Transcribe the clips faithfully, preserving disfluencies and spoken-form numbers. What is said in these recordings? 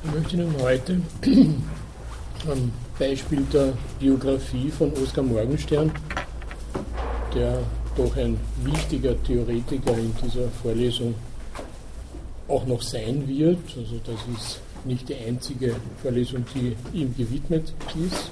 Ich möchte Ihnen heute am Beispiel der Biografie von Oskar Morgenstern, der doch ein wichtiger Theoretiker in dieser Vorlesung auch noch sein wird, also das ist nicht die einzige Vorlesung, die ihm gewidmet ist,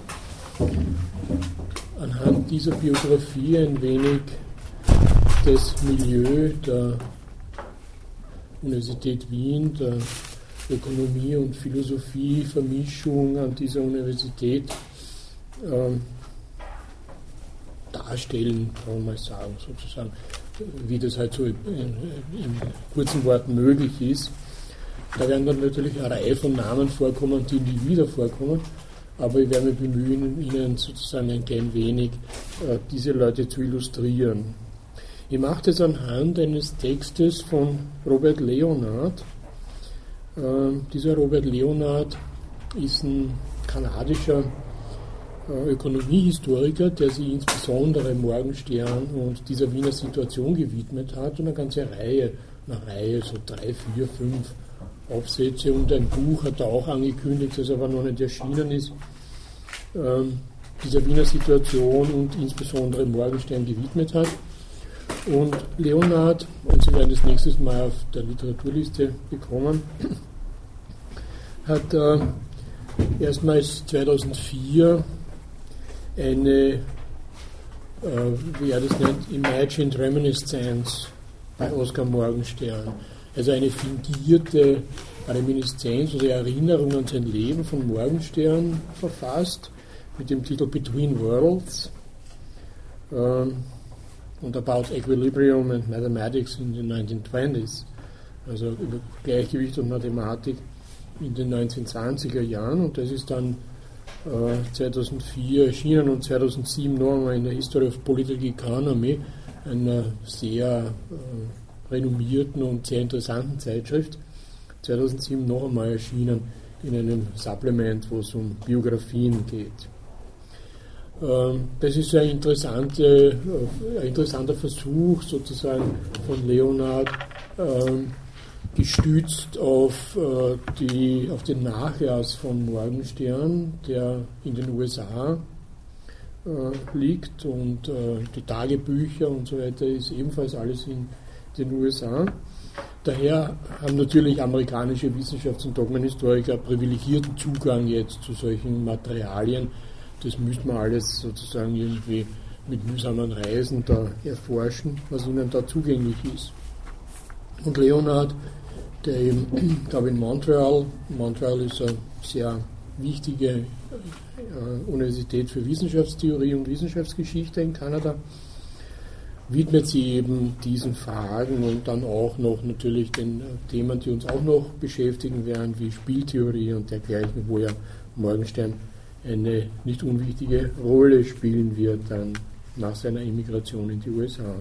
anhand dieser Biografie ein wenig das Milieu der Universität Wien, der Ökonomie und Philosophie, Vermischung an dieser Universität äh, darstellen, kann man mal sagen, sozusagen, wie das halt so in, in kurzen Worten möglich ist. Da werden dann natürlich eine Reihe von Namen vorkommen, die nie wieder vorkommen, aber ich werde mich bemühen, Ihnen sozusagen ein klein wenig äh, diese Leute zu illustrieren. Ich mache das anhand eines Textes von Robert Leonard. Äh, dieser Robert Leonard ist ein kanadischer äh, Ökonomiehistoriker, der sich insbesondere Morgenstern und dieser Wiener Situation gewidmet hat und eine ganze Reihe, eine Reihe, so drei, vier, fünf Aufsätze und ein Buch hat er auch angekündigt, das aber noch nicht erschienen ist, äh, dieser Wiener Situation und insbesondere Morgenstern gewidmet hat. Und Leonard, und Sie werden das nächstes Mal auf der Literaturliste bekommen, hat äh, erstmals zweitausendvier eine, äh, wie er das nennt, Imagined Reminiscence bei Oskar Morgenstern, also eine fingierte Reminiszenz oder Erinnerung an sein Leben von Morgenstern verfasst, mit dem Titel Between Worlds. Äh, und About Equilibrium and Mathematics in the nineteen twenties, also über Gleichgewicht und Mathematik in den neunzehnhundertzwanziger Jahren, und das ist dann äh, zweitausendvier erschienen und zweitausendsieben noch einmal in der History of Political Economy, einer sehr äh, renommierten und sehr interessanten Zeitschrift, zweitausendsieben noch einmal erschienen in einem Supplement, wo es um Biografien geht. Das ist ein, interessante, ein interessanter Versuch sozusagen von Leonard, gestützt auf, die, auf den Nachlass von Morgenstern, der in den U S A liegt, und die Tagebücher und so weiter ist ebenfalls alles in den U S A. Daher haben natürlich amerikanische Wissenschafts- und Dogmenhistoriker privilegierten Zugang jetzt zu solchen Materialien. Das müsste man alles sozusagen irgendwie mit mühsamen Reisen da erforschen, was ihnen da zugänglich ist. Und Leonard, der eben, ich glaube in Montreal, Montreal ist eine sehr wichtige äh, Universität für Wissenschaftstheorie und Wissenschaftsgeschichte in Kanada, widmet sich eben diesen Fragen und dann auch noch natürlich den Themen, die uns auch noch beschäftigen werden, wie Spieltheorie und dergleichen, wo ja Morgenstern eine nicht unwichtige Rolle spielen wird dann nach seiner Emigration in die U S A.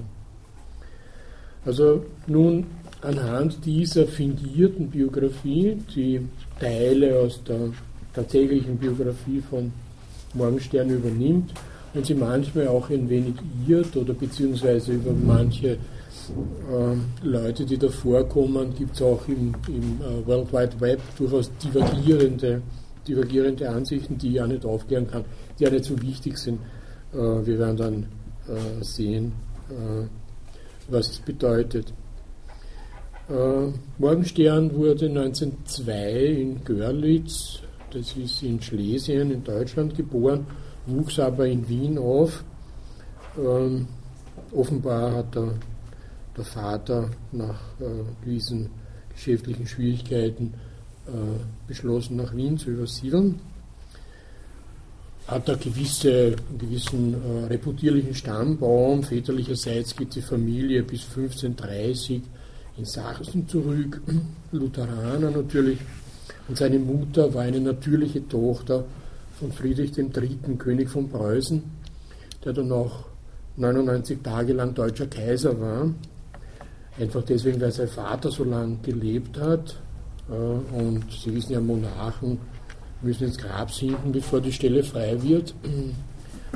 Also nun anhand dieser fingierten Biografie, die Teile aus der tatsächlichen Biografie von Morgenstern übernimmt und sie manchmal auch ein wenig irrt oder beziehungsweise über manche äh, Leute, die da vorkommen, gibt es auch im, im uh, World Wide Web durchaus divergierende divergierende Ansichten, die ich auch nicht aufklären kann, die ja nicht so wichtig sind. Äh, wir werden dann äh, sehen, äh, was es bedeutet. Äh, Morgenstern wurde neunzehnhundertzwei in Görlitz, das ist in Schlesien in Deutschland, geboren, wuchs aber in Wien auf. Ähm, offenbar hat der, der Vater nach äh, gewissen geschäftlichen Schwierigkeiten beschlossen, nach Wien zu übersiedeln. Hat da gewisse, einen gewissen äh, reputierlichen Stammbaum. Väterlicherseits geht die Familie bis fünfzehnhundertdreißig in Sachsen zurück, Lutheraner natürlich. Und seine Mutter war eine natürliche Tochter von Friedrich dem Dritten, König von Preußen, der dann auch neunundneunzig Tage lang deutscher Kaiser war. Einfach deswegen, weil sein Vater so lange gelebt hat. Und Sie wissen ja, Monarchen müssen ins Grab sinken, bevor die Stelle frei wird.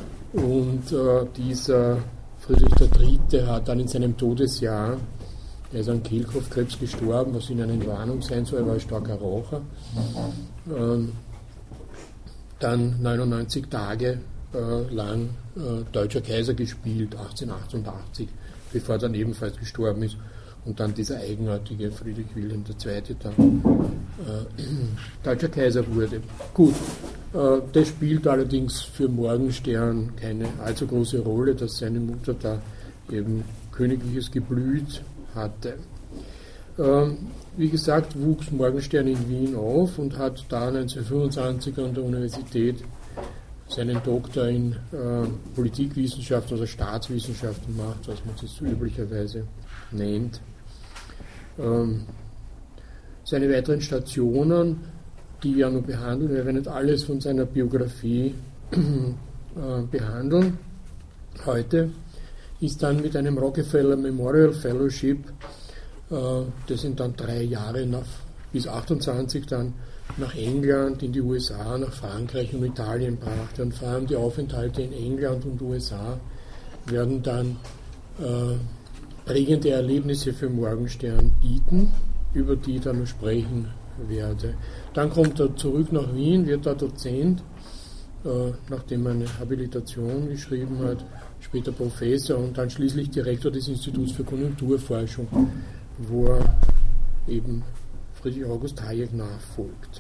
Und äh, dieser Friedrich der Dritte hat dann in seinem Todesjahr Er ist an Kehlkopfkrebs gestorben, was in einer Entwarnung sein soll, er war ein starker Raucher. Ähm, dann neunundneunzig Tage äh, lang äh, Deutscher Kaiser gespielt, achtzehnhundertachtundachtzig, bevor er dann ebenfalls gestorben ist. Und dann dieser eigenartige Friedrich Wilhelm der Zweite dann äh, Deutscher Kaiser wurde. Gut, äh, das spielt allerdings für Morgenstern keine allzu große Rolle, dass seine Mutter da eben königliches Geblüt hatte. Ähm, wie gesagt, wuchs Morgenstern in Wien auf und hat da neunzehnhundertfünfundzwanzig an der Universität seinen Doktor in äh, Politikwissenschaft oder Staatswissenschaft gemacht, was man das so üblicherweise nennt. Ähm, seine weiteren Stationen, die wir noch behandeln, wir werden nicht alles von seiner Biografie äh, behandeln heute, ist dann mit einem Rockefeller Memorial Fellowship, äh, das sind dann drei Jahre nach, bis achtundzwanzig dann nach England, in die U S A, nach Frankreich und Italien brachte. Und vor allem die Aufenthalte in England und U S A werden dann äh, prägende Erlebnisse für Morgenstern bieten, über die ich dann noch sprechen werde. Dann kommt er zurück nach Wien, wird da Dozent, äh, nachdem er eine Habilitation geschrieben hat, später Professor und dann schließlich Direktor des Instituts für Konjunkturforschung, wo er eben Friedrich August Hayek nachfolgt.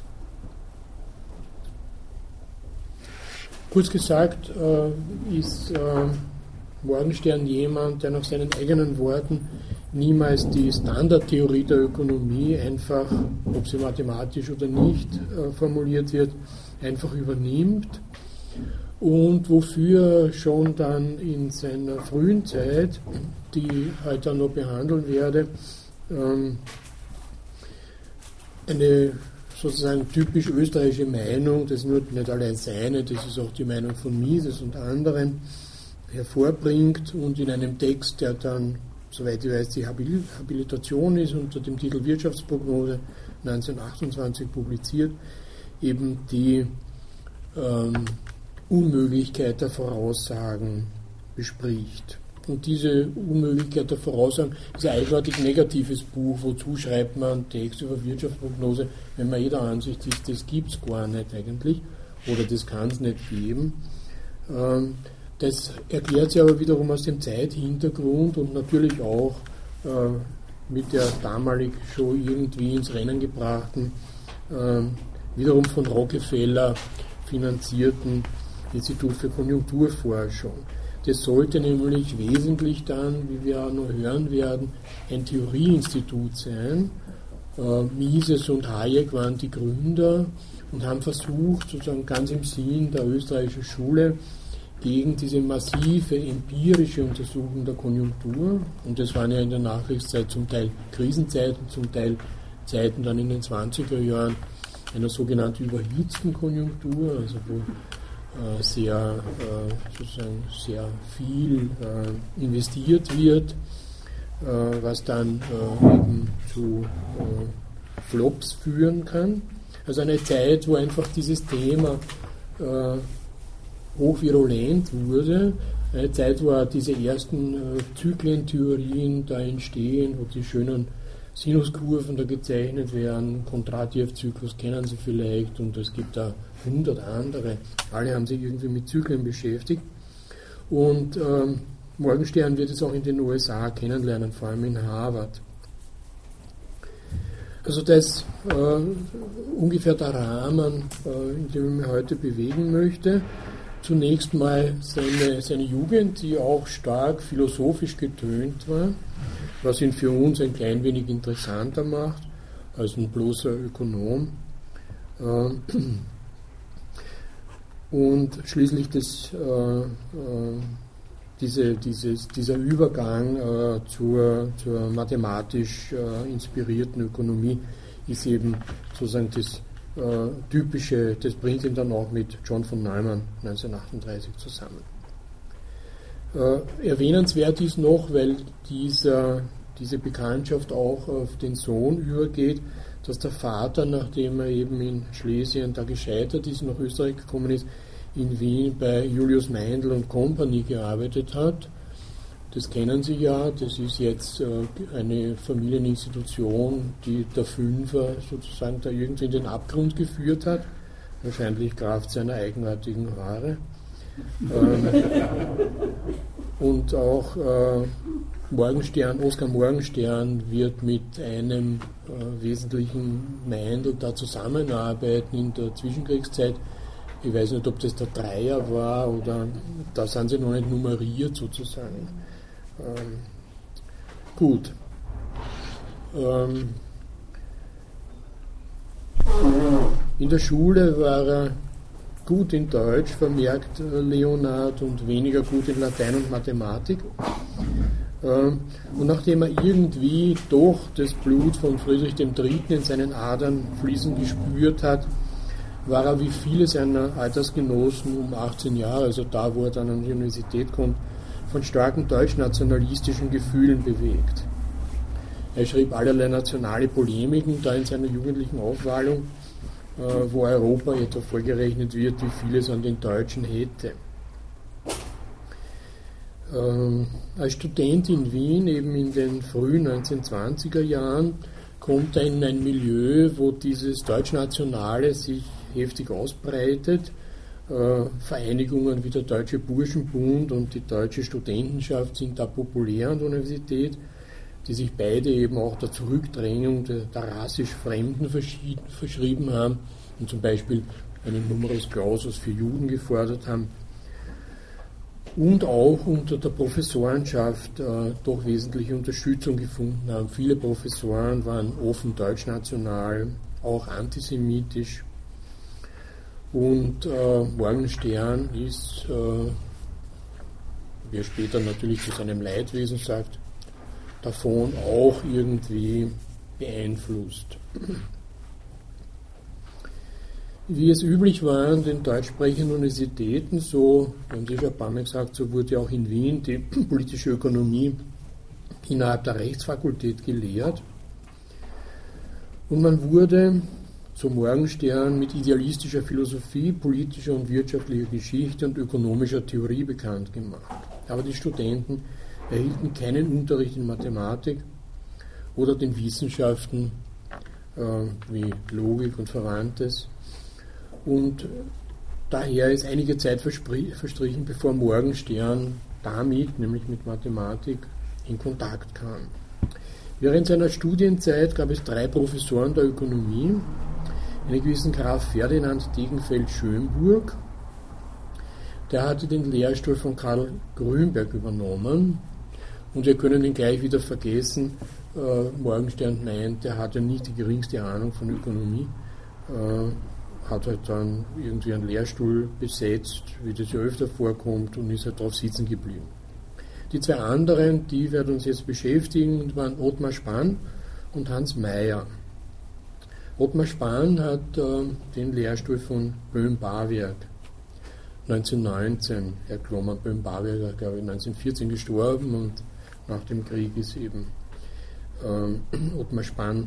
Kurz gesagt äh, ist äh, Morgenstern jemand, der nach seinen eigenen Worten niemals die Standardtheorie der Ökonomie einfach, ob sie mathematisch oder nicht äh, formuliert wird, einfach übernimmt und wofür schon dann in seiner frühen Zeit, die ich heute noch behandeln werde, ähm, eine sozusagen typisch österreichische Meinung, das ist nur nicht allein seine, das ist auch die Meinung von Mises und anderen, hervorbringt und in einem Text, der dann, soweit ich weiß, die Habilitation ist, unter dem Titel Wirtschaftsprognose neunzehnhundertachtundzwanzig publiziert, eben die ähm, Unmöglichkeit der Voraussagen bespricht. Und diese Unmöglichkeit der Voraussagen ist ein eindeutig negatives Buch. Wozu schreibt man einen Text über Wirtschaftsprognose, wenn man jeder Ansicht ist, das gibt es gar nicht eigentlich oder das kann es nicht geben. Ähm, das erklärt sich aber wiederum aus dem Zeithintergrund und natürlich auch äh, mit der damalig schon irgendwie ins Rennen gebrachten, äh, wiederum von Rockefeller finanzierten Institut für Konjunkturforschung. Das sollte nämlich wesentlich dann, wie wir auch noch hören werden, ein Theorieinstitut sein. Äh, Mises und Hayek waren die Gründer und haben versucht, sozusagen ganz im Sinn der österreichischen Schule, gegen diese massive empirische Untersuchung der Konjunktur, und das waren ja in der Nachkriegszeit zum Teil Krisenzeiten, zum Teil Zeiten dann in den zwanziger Jahren einer sogenannten überhitzten Konjunktur, also wo äh, sehr, äh, sozusagen sehr viel äh, investiert wird, äh, was dann äh, eben zu äh, Flops führen kann. Also eine Zeit, wo einfach dieses Thema äh, hochvirulent wurde, eine Zeit, wo auch diese ersten äh, Zyklentheorien da entstehen, wo die schönen Sinuskurven da gezeichnet werden, Kondratjew-Zyklus kennen Sie vielleicht und es gibt da hundert andere, alle haben sich irgendwie mit Zyklen beschäftigt und ähm, Morgenstern wird es auch in den U S A kennenlernen, vor allem in Harvard. Also das äh, ungefähr der Rahmen, äh, in dem ich mich heute bewegen möchte. Zunächst mal seine, seine Jugend, die auch stark philosophisch getönt war, was ihn für uns ein klein wenig interessanter macht als ein bloßer Ökonom. Und schließlich das, diese, dieses, dieser Übergang zur, zur mathematisch inspirierten Ökonomie ist eben sozusagen das Äh, typische, das bringt ihn dann auch mit John von Neumann neunzehnhundertachtunddreißig zusammen. Äh, erwähnenswert ist noch, weil dieser, diese Bekanntschaft auch auf den Sohn übergeht, dass der Vater, nachdem er eben in Schlesien da gescheitert ist, nach Österreich gekommen ist, in Wien bei Julius Meindl und Company gearbeitet hat. Das kennen Sie ja, das ist jetzt äh, eine Familieninstitution, die der Fünfer sozusagen da irgendwie in den Abgrund geführt hat, wahrscheinlich Kraft seiner eigenartigen Haare. Ähm, und auch äh, Morgenstern, Oskar Morgenstern wird mit einem äh, wesentlichen Meindl da zusammenarbeiten in der Zwischenkriegszeit. Ich weiß nicht, ob das der Dreier war oder da sind sie noch nicht nummeriert sozusagen. Ähm, gut. Ähm, in der Schule war er gut in Deutsch, vermerkt Leonhard, und weniger gut in Latein und Mathematik. Ähm, und nachdem er irgendwie doch das Blut von Friedrich dem Dritten in seinen Adern fließen gespürt hat, war er wie viele seiner Altersgenossen um achtzehn Jahre, also da, wo er dann an die Universität kommt, von starken deutschnationalistischen Gefühlen bewegt. Er schrieb allerlei nationale Polemiken da in seiner jugendlichen Aufwallung, äh, wo Europa etwa vorgerechnet wird, wie viel es an den Deutschen hätte. Ähm, als Student in Wien, eben in den frühen neunzehnhundertzwanziger Jahren, kommt er in ein Milieu, wo dieses Deutschnationale sich heftig ausbreitet. Äh, Vereinigungen wie der Deutsche Burschenbund und die Deutsche Studentenschaft sind da populär an der Universität, die sich beide eben auch der Zurückdrängung der, der rassisch Fremden verschrieben haben und zum Beispiel einen Numerus Clausus für Juden gefordert haben und auch unter der Professorenschaft äh, doch wesentliche Unterstützung gefunden haben. Viele Professoren waren offen deutschnational, auch antisemitisch. Und äh, Morgenstern ist, äh, wie er später natürlich zu seinem Leidwesen sagt, davon auch irgendwie beeinflusst. Wie es üblich war an den deutschsprechenden Universitäten, so, haben Sie schon ein paar Mal gesagt, so wurde auch in Wien die politische Ökonomie innerhalb der Rechtsfakultät gelehrt. Und man wurde zum Morgenstern mit idealistischer Philosophie, politischer und wirtschaftlicher Geschichte und ökonomischer Theorie bekannt gemacht. Aber die Studenten erhielten keinen Unterricht in Mathematik oder den Wissenschaften äh, wie Logik und Verwandtes. Und daher ist einige Zeit verstrichen, bevor Morgenstern damit, nämlich mit Mathematik, in Kontakt kam. Während seiner Studienzeit gab es drei Professoren der Ökonomie, einen gewissen Graf Ferdinand Degenfeld-Schönburg, der hatte den Lehrstuhl von Karl Grünberg übernommen, und wir können ihn gleich wieder vergessen. Äh, Morgenstern meint, er hatte nicht die geringste Ahnung von Ökonomie, äh, hat halt dann irgendwie einen Lehrstuhl besetzt, wie das ja öfter vorkommt, und ist halt drauf sitzen geblieben. Die zwei anderen, die werden uns jetzt beschäftigen, waren Ottmar Spann und Hans Mayer. Ottmar Spann hat äh, den Lehrstuhl von Böhm-Bawerk neunzehnhundertneunzehn erklommen. Böhm-Bawerk, glaube ich, neunzehnhundertvierzehn gestorben, und nach dem Krieg ist eben äh, Ottmar Spann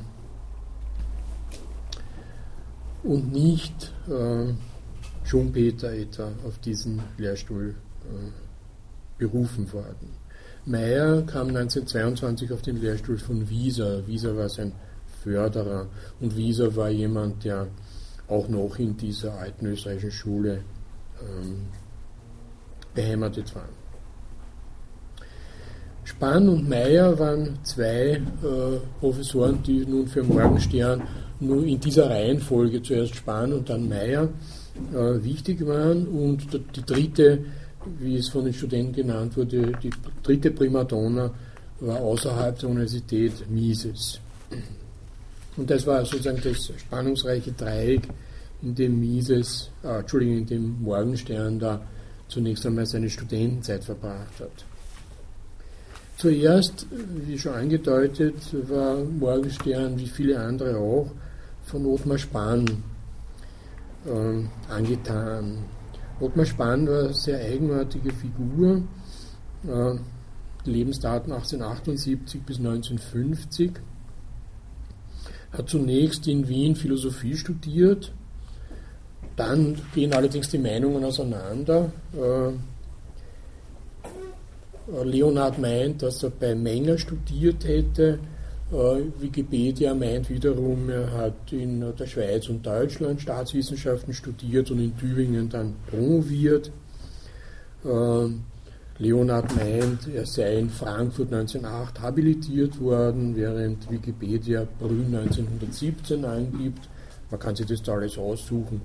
und nicht äh, Schumpeter etwa auf diesen Lehrstuhl äh, berufen worden. Mayer kam neunzehnhundertzweiundzwanzig auf den Lehrstuhl von Wieser. Wieser war sein Förderer, und Wieser war jemand, der auch noch in dieser alten österreichischen Schule ähm, beheimatet war. Spann und Mayer waren zwei äh, Professoren, die nun für Morgenstern nur in dieser Reihenfolge, zuerst Spann und dann Mayer, äh, wichtig waren, und die dritte, wie es von den Studenten genannt wurde, die dritte Primadonna war außerhalb der Universität Mises. Und das war sozusagen das spannungsreiche Dreieck, in dem Mises, äh, Entschuldigung, in dem Morgenstern da zunächst einmal seine Studentenzeit verbracht hat. Zuerst, wie schon angedeutet, war Morgenstern, wie viele andere auch, von Ottmar Spann äh, angetan. Ottmar Spann war eine sehr eigenartige Figur, äh, Lebensdaten achtzehnhundertachtundsiebzig bis neunzehnhundertfünfzig, hat zunächst in Wien Philosophie studiert, dann gehen allerdings die Meinungen auseinander. Äh, Leonhard meint, dass er bei Menger studiert hätte. Wikipedia meint wiederum, er hat in der Schweiz und Deutschland Staatswissenschaften studiert und in Tübingen dann promoviert. Leonhard meint, er sei in Frankfurt neunzehnhundertacht habilitiert worden, während Wikipedia Brünn neunzehnhundertsiebzehn angibt. Man kann sich das da alles aussuchen.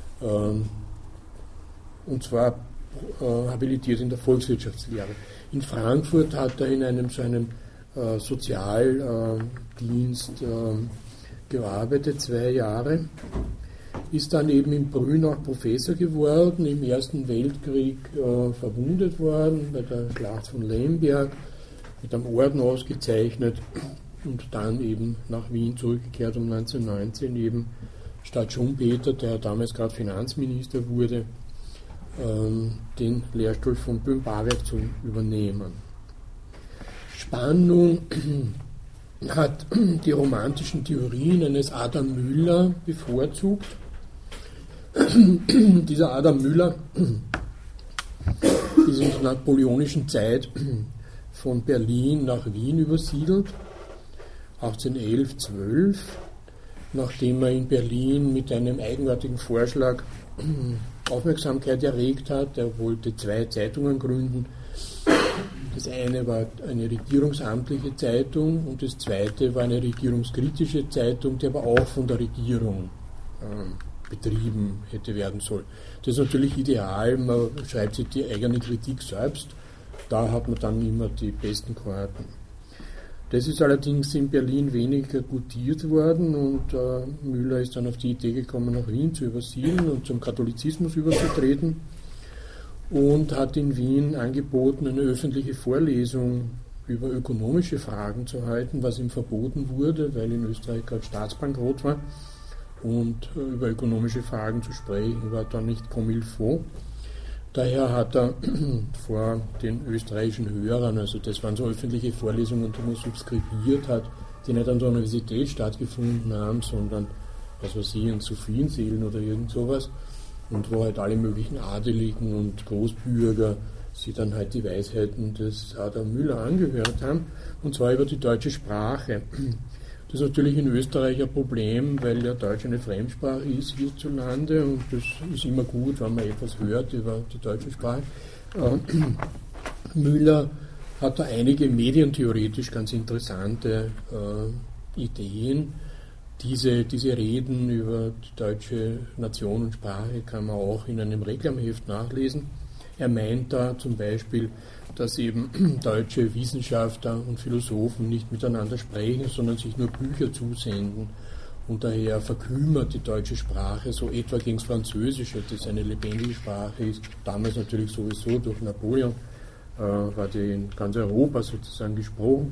Und zwar habilitiert in der Volkswirtschaftslehre. In Frankfurt hat er in einem so einem äh, Sozialdienst äh, gearbeitet, zwei Jahre, ist dann eben in Brünn auch Professor geworden, im Ersten Weltkrieg äh, verwundet worden, bei der Schlacht von Lemberg, mit einem Orden ausgezeichnet und dann eben nach Wien zurückgekehrt um neunzehnhundertneunzehn eben statt Schumpeter, der damals gerade Finanzminister wurde, den Lehrstuhl von Böhm-Bawerk zu übernehmen. Spannung hat die romantischen Theorien eines Adam Müller bevorzugt. Dieser Adam Müller ist in der napoleonischen Zeit von Berlin nach Wien übersiedelt, achtzehnhundertelf zwölf, nachdem er in Berlin mit einem eigenartigen Vorschlag Aufmerksamkeit erregt hat. Er wollte zwei Zeitungen gründen. Das eine war eine regierungsamtliche Zeitung und das zweite war eine regierungskritische Zeitung, die aber auch von der Regierung äh, betrieben hätte werden sollen. Das ist natürlich ideal, man schreibt sich die eigene Kritik selbst, da hat man dann immer die besten Karten. Das ist allerdings in Berlin weniger gutiert worden und äh, Müller ist dann auf die Idee gekommen, nach Wien zu übersiedeln und zum Katholizismus überzutreten und hat in Wien angeboten, eine öffentliche Vorlesung über ökonomische Fragen zu halten, was ihm verboten wurde, weil in Österreich gerade Staatsbankrott war und äh, über ökonomische Fragen zu sprechen war dann nicht comme il faut. Daher hat er vor den österreichischen Hörern, also das waren so öffentliche Vorlesungen, die man subskribiert hat, die nicht an der Universität stattgefunden haben, sondern, was weiß ich, in Sophienseelen oder irgend sowas, und wo halt alle möglichen Adeligen und Großbürger sie dann halt die Weisheiten des Adam Müller angehört haben, und zwar über die deutsche Sprache. Das ist natürlich in Österreich ein Problem, weil ja Deutsch eine Fremdsprache ist hierzulande und das ist immer gut, wenn man etwas hört über die deutsche Sprache. Äh, Müller hat da einige medientheoretisch ganz interessante äh, Ideen. Diese, diese Reden über die deutsche Nation und Sprache kann man auch in einem Reklamheft nachlesen. Er meint da zum Beispiel, dass eben deutsche Wissenschaftler und Philosophen nicht miteinander sprechen, sondern sich nur Bücher zusenden. Und daher verkümmert die deutsche Sprache so etwa gegen das Französische, das eine lebendige Sprache ist. Damals natürlich sowieso durch Napoleon äh, war die in ganz Europa sozusagen gesprochen.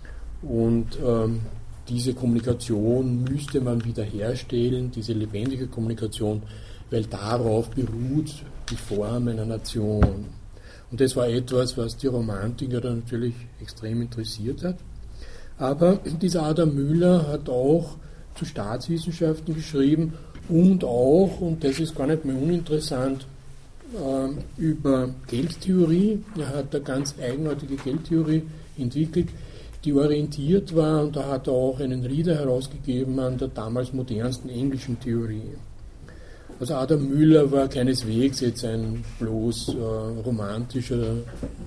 Und ähm, diese Kommunikation müsste man wiederherstellen, diese lebendige Kommunikation, weil darauf beruht die Form einer Nation. Und das war etwas, was die Romantiker dann natürlich extrem interessiert hat. Aber dieser Adam Müller hat auch zu Staatswissenschaften geschrieben und auch, und das ist gar nicht mehr uninteressant, äh, über Geldtheorie. Er hat eine ganz eigenartige Geldtheorie entwickelt, die orientiert war, und da hat er auch einen Rieder herausgegeben an der damals modernsten englischen Theorie. Also Adam Müller war keineswegs jetzt ein bloß äh, romantischer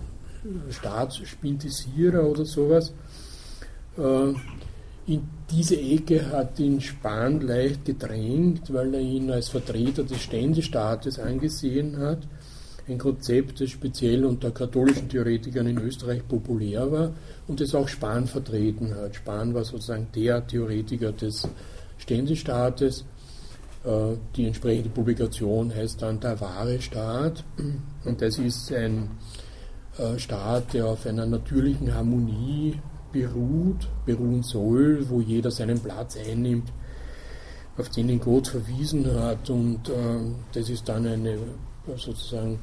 Staatsspintisierer oder sowas. Äh, in diese Ecke hat ihn Spahn leicht gedrängt, weil er ihn als Vertreter des Ständestaates angesehen hat. Ein Konzept, das speziell unter katholischen Theoretikern in Österreich populär war und das auch Spahn vertreten hat. Spahn war sozusagen der Theoretiker des Ständestaates. Die entsprechende Publikation heißt dann Der wahre Staat, und das ist ein Staat, der auf einer natürlichen Harmonie beruht, beruhen soll, wo jeder seinen Platz einnimmt, auf den ihn Gott verwiesen hat, und das ist dann eine sozusagen,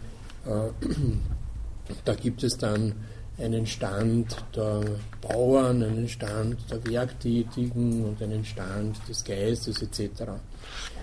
da gibt es dann einen Stand der Bauern, einen Stand der Werktätigen und einen Stand des Geistes et cetera.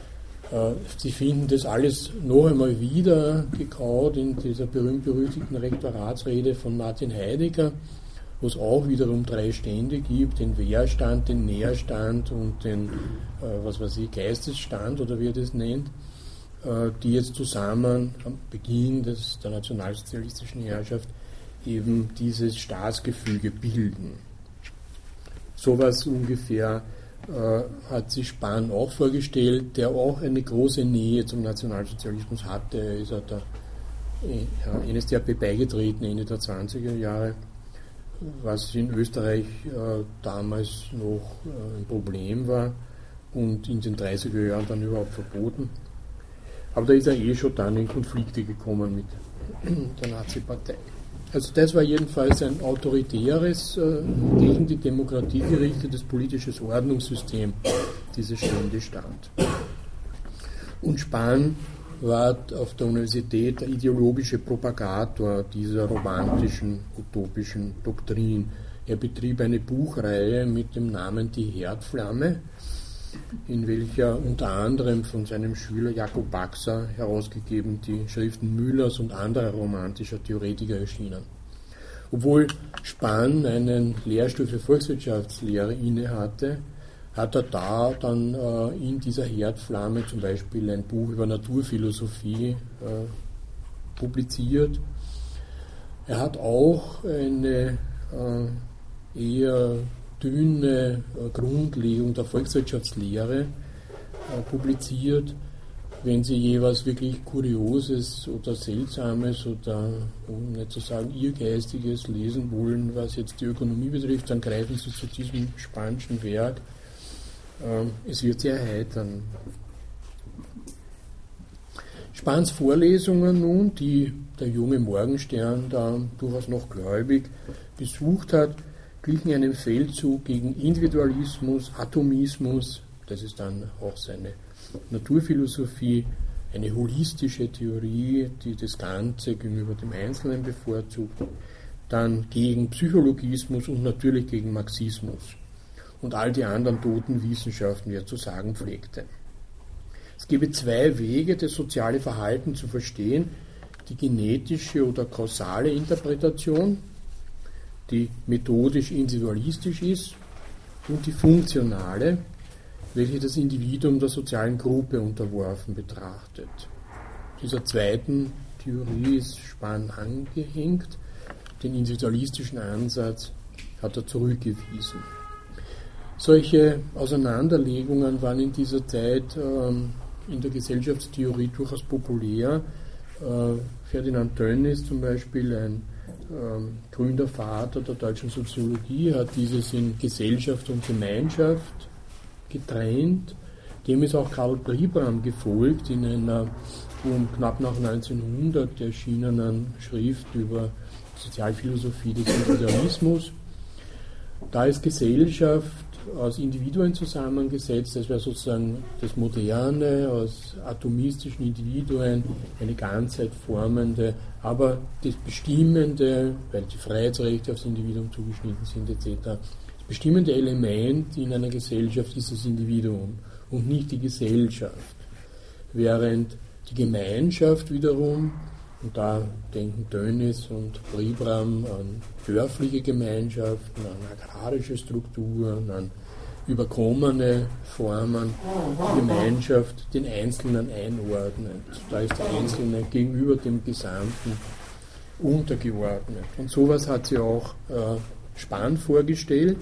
Sie finden das alles noch einmal wieder gekaut in dieser berühmt-berüchtigten Rektoratsrede von Martin Heidegger, wo es auch wiederum drei Stände gibt, den Wehrstand, den Nährstand und den, was weiß ich, Geistesstand oder wie er das nennt, die jetzt zusammen am Beginn des, der nationalsozialistischen Herrschaft eben dieses Staatsgefüge bilden. Sowas ungefähr äh, hat sich Spahn auch vorgestellt, der auch eine große Nähe zum Nationalsozialismus hatte. Er ist auch der ja, N S D A P beigetreten Ende der zwanziger Jahre, was in Österreich äh, damals noch äh, ein Problem war und in den dreißiger Jahren dann überhaupt verboten. Aber da ist er eh schon dann in Konflikte gekommen mit der Nazi-Partei. Also das war jedenfalls ein autoritäres, äh, gegen die Demokratie gerichtetes politisches Ordnungssystem, dieses Ständestand. Und Spahn war auf der Universität der ideologische Propagator dieser romantischen, utopischen Doktrin. Er betrieb eine Buchreihe mit dem Namen Die Herdflamme, in welcher unter anderem von seinem Schüler Jakob Baxer herausgegeben die Schriften Müllers und anderer romantischer Theoretiker erschienen. Obwohl Spahn einen Lehrstuhl für Volkswirtschaftslehre innehatte, hat er da dann äh, in dieser Herdflamme zum Beispiel ein Buch über Naturphilosophie äh, publiziert. Er hat auch eine äh, eher dünne Grundlegung der Volkswirtschaftslehre äh, publiziert. Wenn Sie jeweils wirklich Kurioses oder Seltsames oder, um nicht zu sagen, Irrgeistiges lesen wollen, was jetzt die Ökonomie betrifft, dann greifen Sie zu diesem spanischen Werk. Ähm, es wird Sie erheitern. Spahns Vorlesungen nun, die der junge Morgenstern da durchaus noch gläubig besucht hat, glichen einem Feldzug gegen Individualismus, Atomismus, das ist dann auch seine Naturphilosophie, eine holistische Theorie, die das Ganze gegenüber dem Einzelnen bevorzugt, dann gegen Psychologismus und natürlich gegen Marxismus und all die anderen toten Wissenschaften, wie er zu sagen pflegte. Es gebe zwei Wege, das soziale Verhalten zu verstehen, die genetische oder kausale Interpretation, die methodisch individualistisch ist, und die funktionale, welche das Individuum der sozialen Gruppe unterworfen betrachtet. Dieser zweiten Theorie ist Spahn angehängt, den individualistischen Ansatz hat er zurückgewiesen. Solche Auseinanderlegungen waren in dieser Zeit ähm, in der Gesellschaftstheorie durchaus populär. Äh, Ferdinand Tönnies zum Beispiel, ein ähm, grüner Vater der deutschen Soziologie, hat dieses in Gesellschaft und Gemeinschaft getrennt. Dem ist auch Karl Pribram gefolgt in einer um knapp nach neunzehnhundert erschienenen Schrift über Sozialphilosophie des Individualismus. Da ist Gesellschaft aus Individuen zusammengesetzt, das wäre sozusagen das Moderne, aus atomistischen Individuen, eine Ganzheit formende, aber das Bestimmende, weil die Freiheitsrechte aufs Individuum zugeschnitten sind et cetera, das bestimmende Element in einer Gesellschaft ist das Individuum und nicht die Gesellschaft. Während die Gemeinschaft wiederum, und da denken Tönnies und Pribram an dörfliche Gemeinschaften, an agrarische Strukturen, an überkommene Formen, die Gemeinschaft den Einzelnen einordnet. Da ist der Einzelne gegenüber dem Gesamten untergeordnet. Und sowas hat sie auch äh, Spahn vorgestellt.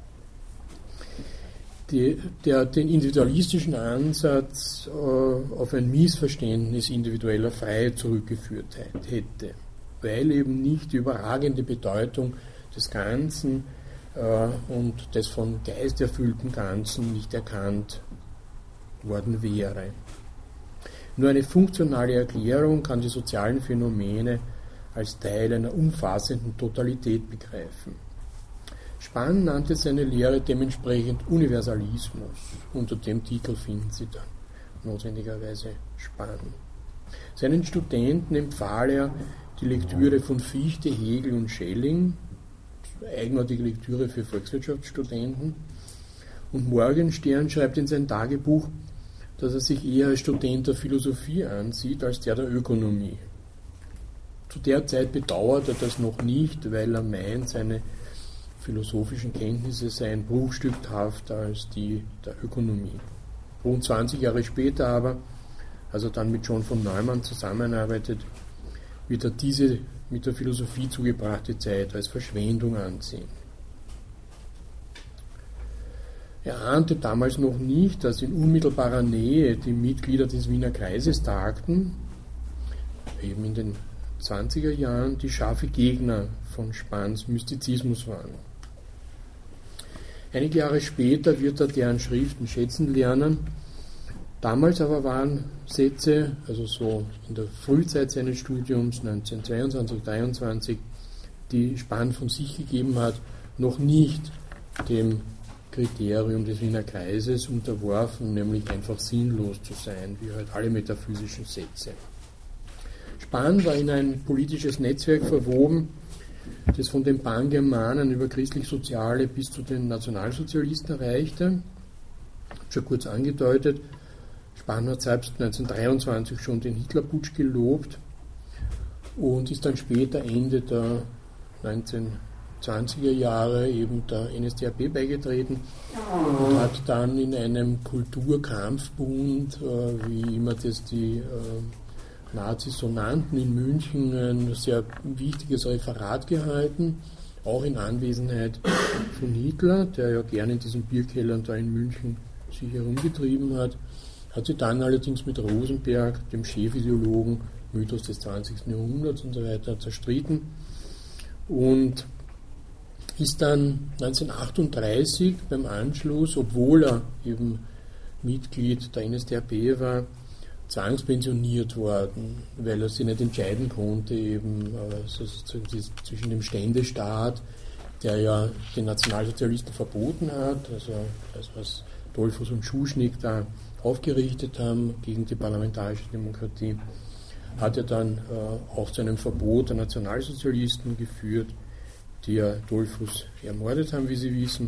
Die, der den individualistischen Ansatz äh, auf ein Missverständnis individueller Freiheit zurückgeführt hätte, weil eben nicht die überragende Bedeutung des Ganzen äh, und des von Geist erfüllten Ganzen nicht erkannt worden wäre. Nur eine funktionale Erklärung kann die sozialen Phänomene als Teil einer umfassenden Totalität begreifen. Spahn nannte seine Lehre dementsprechend Universalismus. Unter dem Titel finden Sie dann notwendigerweise Spahn. Seinen Studenten empfahl er die Lektüre von Fichte, Hegel und Schelling, eigenartige Lektüre für Volkswirtschaftsstudenten. Und Morgenstern schreibt in sein Tagebuch, dass er sich eher als Student der Philosophie ansieht, als der der Ökonomie. Zu der Zeit bedauert er das noch nicht, weil er meint, seine philosophischen Kenntnisse seien bruchstückhafter als die der Ökonomie. Rund zwanzig Jahre später aber, als er dann mit John von Neumann zusammenarbeitet, wird er diese mit der Philosophie zugebrachte Zeit als Verschwendung ansehen. Er ahnte damals noch nicht, dass in unmittelbarer Nähe die Mitglieder des Wiener Kreises tagten, eben in den zwanziger Jahren, die scharfe Gegner von Spans Mystizismus waren. Einige Jahre später wird er deren Schriften schätzen lernen. Damals aber waren Sätze, also so in der Frühzeit seines Studiums, neunzehnhundertzweiundzwanzig, dreiundzwanzig, die Span von sich gegeben hat, noch nicht dem Kriterium des Wiener Kreises unterworfen, nämlich einfach sinnlos zu sein, wie halt alle metaphysischen Sätze. Span war in ein politisches Netzwerk verwoben, das von den Pangermanen über christlich-soziale bis zu den Nationalsozialisten reichte. Ich habe schon kurz angedeutet, Span hat selbst neunzehnhundertdreiundzwanzig schon den Hitlerputsch gelobt und ist dann später, Ende der neunzehnhundertzwanziger Jahre, eben der N S D A P beigetreten und hat dann in einem Kulturkampfbund, äh, wie immer das die äh, Nazis so nannten, in München ein sehr wichtiges Referat gehalten, auch in Anwesenheit von Hitler, der ja gerne in diesen Bierkellern da in München sich herumgetrieben hat. Hat sie dann allerdings mit Rosenberg, dem Chefideologen, Mythos des zwanzigsten Jahrhunderts und so weiter, zerstritten und ist dann neunzehnhundertachtunddreißig beim Anschluss, obwohl er eben Mitglied der N S D A P war, zwangspensioniert worden, weil er sich nicht entscheiden konnte, eben also zwischen dem Ständestaat, der ja den Nationalsozialisten verboten hat, also das, was Dollfuss und Schuschnigg da aufgerichtet haben gegen die parlamentarische Demokratie, hat er dann äh, auch zu einem Verbot der Nationalsozialisten geführt, die ja Dollfuss ermordet haben, wie Sie wissen.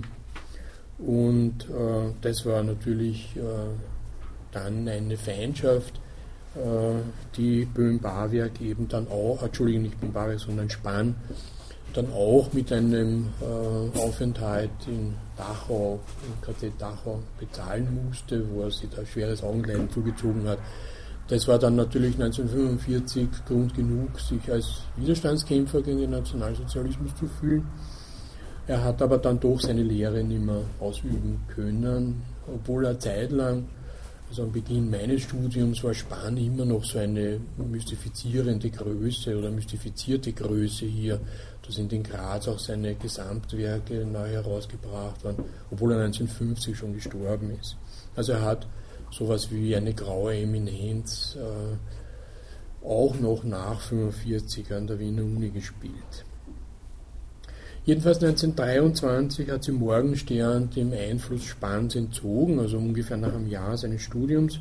Und äh, das war natürlich äh, dann eine Feindschaft, äh, die Böhm-Bawerk eben dann auch, Entschuldigung, nicht Böhm-Bawerk, sondern Span, dann auch mit einem äh, Aufenthalt in Dachau, im K Z Dachau bezahlen musste, wo er sich da schweres Augenleiden zugezogen hat. Das war dann natürlich neunzehnhundertfünfundvierzig Grund genug, sich als Widerstandskämpfer gegen den Nationalsozialismus zu fühlen. Er hat aber dann doch seine Lehre nicht mehr ausüben können, obwohl er zeitlang, also am Beginn meines Studiums, war Span immer noch so eine mystifizierende Größe oder mystifizierte Größe hier. Da sind in Graz auch seine Gesamtwerke neu herausgebracht worden, obwohl er neunzehnhundertfünfzig schon gestorben ist. Also er hat sowas wie eine graue Eminenz äh, auch noch nach fünfundvierzig an der Wiener Uni gespielt. Jedenfalls neunzehnhundertdreiundzwanzig hat sie Morgenstern dem Einfluss Spans entzogen, also ungefähr nach einem Jahr seines Studiums.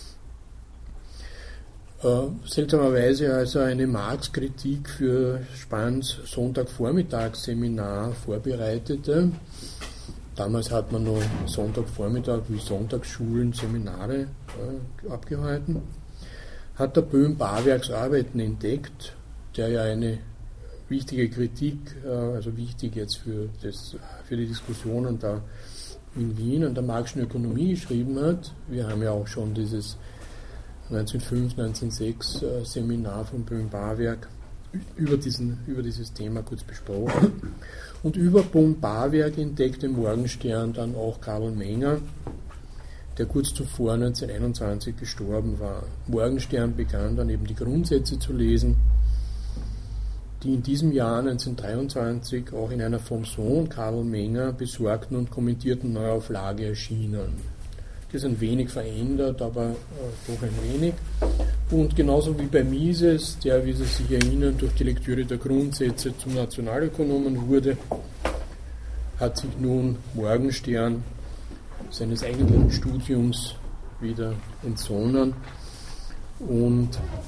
Äh, seltsamerweise also eine Marx-Kritik für Spans Sonntagvormittagsseminar vorbereitete. Damals hat man noch Sonntagvormittag wie Sonntagsschulen, Seminare äh, abgehalten. Hat der Böhm-Bawerks Arbeiten entdeckt, der ja eine wichtige Kritik, äh, also wichtig jetzt für, das, für die Diskussionen da in Wien an der Marxischen Ökonomie geschrieben hat. Wir haben ja auch schon dieses neunzehnhundertfünf, neunzehnhundertsechs äh, Seminar von Böhm-Bawerk über, diesen, über dieses Thema kurz besprochen. Und über Böhm-Bawerk entdeckte Morgenstern dann auch Karl Menger, der kurz zuvor neunzehnhunderteinundzwanzig gestorben war. Morgenstern begann dann eben die Grundsätze zu lesen, die in diesem Jahr neunzehnhundertdreiundzwanzig auch in einer vom Sohn Karl Menger besorgten und kommentierten Neuauflage erschienen. Das ist ein wenig verändert, aber äh, doch ein wenig. Und genauso wie bei Mises, der, wie Sie sich erinnern, durch die Lektüre der Grundsätze zum Nationalökonomen wurde, hat sich nun Morgenstern seines eigentlichen Studiums wieder entsonnen und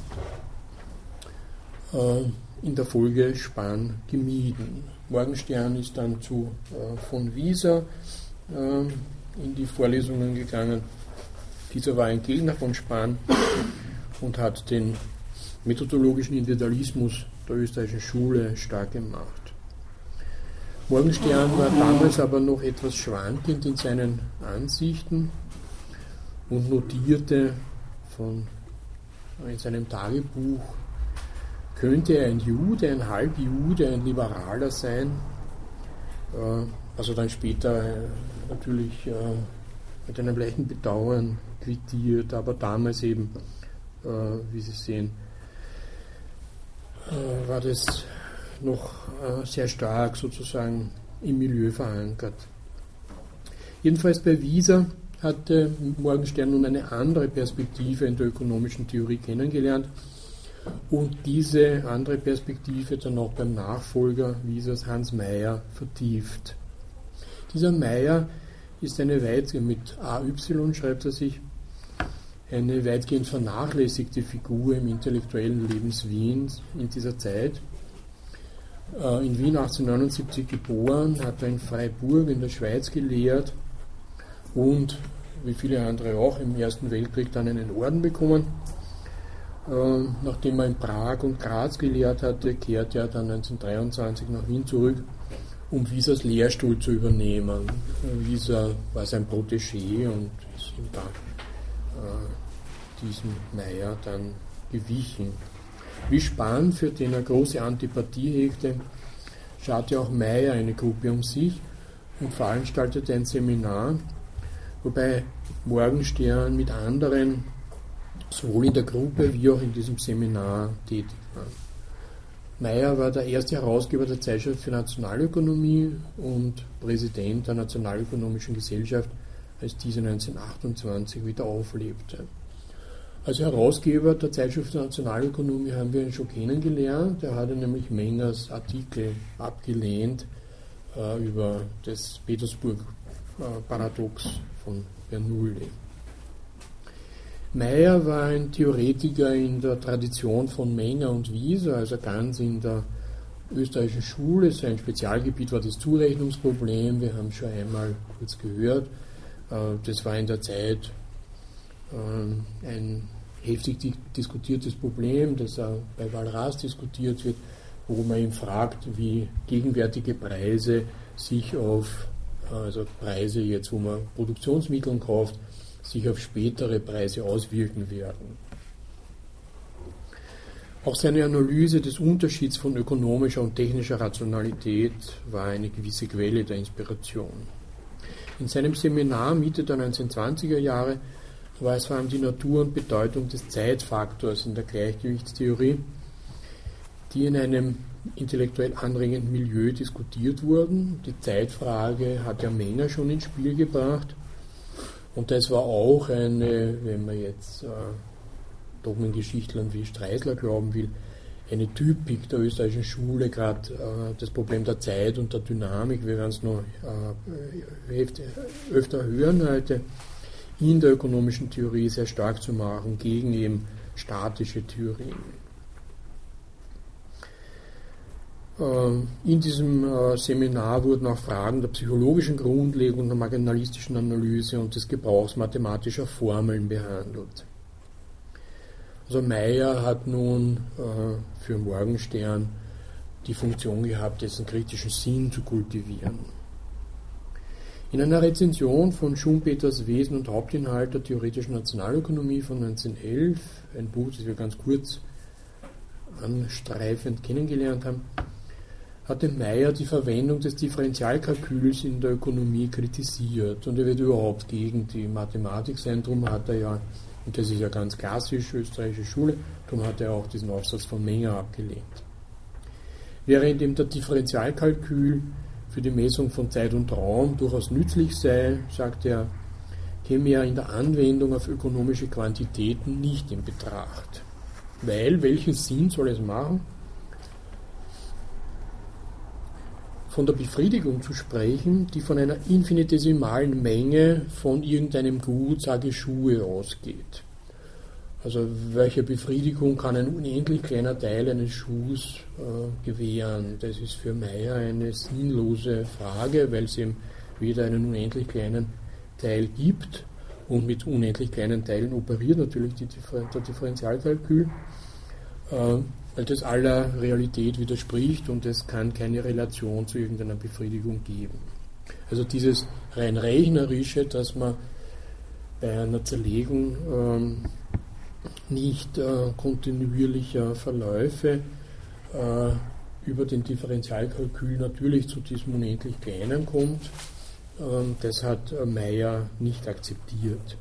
äh, in der Folge Span gemieden. Morgenstern ist dann zu äh, von Wieser äh, in die Vorlesungen gegangen, Dieser war ein Gegner von Spahn und hat den methodologischen Individualismus der österreichischen Schule stark gemacht. Morgenstern war damals aber noch etwas schwankend in seinen Ansichten und notierte von, in seinem Tagebuch, könnte er ein Jude, ein Halbjude, ein Liberaler sein, also dann später natürlich mit einem leichten Bedauern quittiert, aber damals eben, wie Sie sehen, war das noch sehr stark sozusagen im Milieu verankert. Jedenfalls bei Wieser hatte Morgenstern nun eine andere Perspektive in der ökonomischen Theorie kennengelernt und diese andere Perspektive dann auch beim Nachfolger Wiesers Hans Meyer vertieft. Dieser Meyer ist eine weitgehend, mit A Y schreibt er sich, eine weitgehend vernachlässigte Figur im intellektuellen Leben Wiens in dieser Zeit. In Wien achtzehnhundertneunundsiebzig geboren, hat er in Freiburg in der Schweiz gelehrt und, wie viele andere auch, im Ersten Weltkrieg dann einen Orden bekommen. Nachdem er in Prag und Graz gelehrt hatte, kehrte er dann neunzehnhundertdreiundzwanzig nach Wien zurück, um Wiesers Lehrstuhl zu übernehmen. Wieser war sein Protégé und ist ihm da äh, diesem Meyer dann gewichen. Wie Spahn, für den er große Antipathie hegte, schaute auch Meyer eine Gruppe um sich und veranstaltete ein Seminar, wobei Morgenstern mit anderen sowohl in der Gruppe wie auch in diesem Seminar tätig war. Meyer war der erste Herausgeber der Zeitschrift für Nationalökonomie und Präsident der Nationalökonomischen Gesellschaft, als diese neunzehnhundertachtundzwanzig wieder auflebte. Als Herausgeber der Zeitschrift für Nationalökonomie haben wir ihn schon kennengelernt. Er hatte nämlich Mengers Artikel abgelehnt äh, über das Petersburg-Paradox von Bernoulli. Meyer war ein Theoretiker in der Tradition von Menger und Wieser, also ganz in der österreichischen Schule. Sein Spezialgebiet war das Zurechnungsproblem, wir haben schon einmal kurz gehört. Das war in der Zeit ein heftig diskutiertes Problem, das auch bei Walras diskutiert wird, wo man ihn fragt, wie gegenwärtige Preise sich auf, also Preise jetzt, wo man Produktionsmittel kauft, sich auf spätere Preise auswirken werden. Auch seine Analyse des Unterschieds von ökonomischer und technischer Rationalität war eine gewisse Quelle der Inspiration. In seinem Seminar Mitte der neunzehnhundertzwanziger Jahre war es vor allem die Natur und Bedeutung des Zeitfaktors in der Gleichgewichtstheorie, die in einem intellektuell anregenden Milieu diskutiert wurden. Die Zeitfrage hat ja Menger schon ins Spiel gebracht. Und das war auch eine, wenn man jetzt äh, Dogmengeschichtlern wie Streisler glauben will, eine Typik der österreichischen Schule, gerade äh, das Problem der Zeit und der Dynamik, wir werden es noch äh, öfter hören heute, in der ökonomischen Theorie sehr stark zu machen, gegen eben statische Theorien. In diesem Seminar wurden auch Fragen der psychologischen Grundlegung, der marginalistischen Analyse und des Gebrauchs mathematischer Formeln behandelt. Also Meyer hat nun für Morgenstern die Funktion gehabt, dessen kritischen Sinn zu kultivieren. In einer Rezension von Schumpeters Wesen und Hauptinhalt der theoretischen Nationalökonomie von neunzehnhundertelf, ein Buch, das wir ganz kurz anstreifend kennengelernt haben, hatte Meyer die Verwendung des Differentialkalküls in der Ökonomie kritisiert und er wird überhaupt gegen die Mathematik sein, darum hat er ja, und das ist ja ganz klassisch, österreichische Schule, darum hat er auch diesen Aufsatz von Menger abgelehnt. Während ihm der Differentialkalkül für die Messung von Zeit und Raum durchaus nützlich sei, sagt er, käme er in der Anwendung auf ökonomische Quantitäten nicht in Betracht. Weil, welchen Sinn soll es machen? Von der Befriedigung zu sprechen, die von einer infinitesimalen Menge von irgendeinem Gut, sage Schuhe, ausgeht. Also welche Befriedigung kann ein unendlich kleiner Teil eines Schuhs äh, gewähren? Das ist für Meyer eine sinnlose Frage, weil es eben weder einen unendlich kleinen Teil gibt, und mit unendlich kleinen Teilen operiert natürlich die Differ- der Differentialkalkül, äh, weil das aller Realität widerspricht und es kann keine Relation zu irgendeiner Befriedigung geben. Also dieses rein rechnerische, dass man bei einer Zerlegung ähm, nicht äh, kontinuierlicher Verläufe äh, über den Differentialkalkül natürlich zu diesem unendlich Kleinen kommt, ähm, das hat äh, Meyer nicht akzeptiert.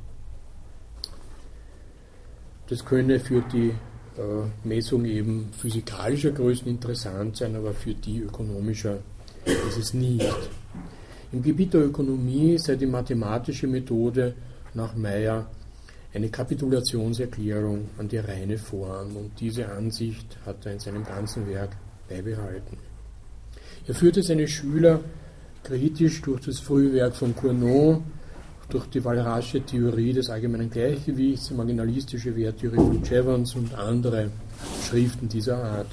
Das könne für die äh, Messung eben physikalischer Größen interessant sein, aber für die ökonomischer ist es nicht. Im Gebiet der Ökonomie sei die mathematische Methode nach Meyer eine Kapitulationserklärung an die reine Form, und diese Ansicht hat er in seinem ganzen Werk beibehalten. Er führte seine Schüler kritisch durch das Frühwerk von Cournot, durch die Walrasche Theorie des allgemeinen Gleichgewichts, die marginalistische Werttheorie von Jevons und andere Schriften dieser Art.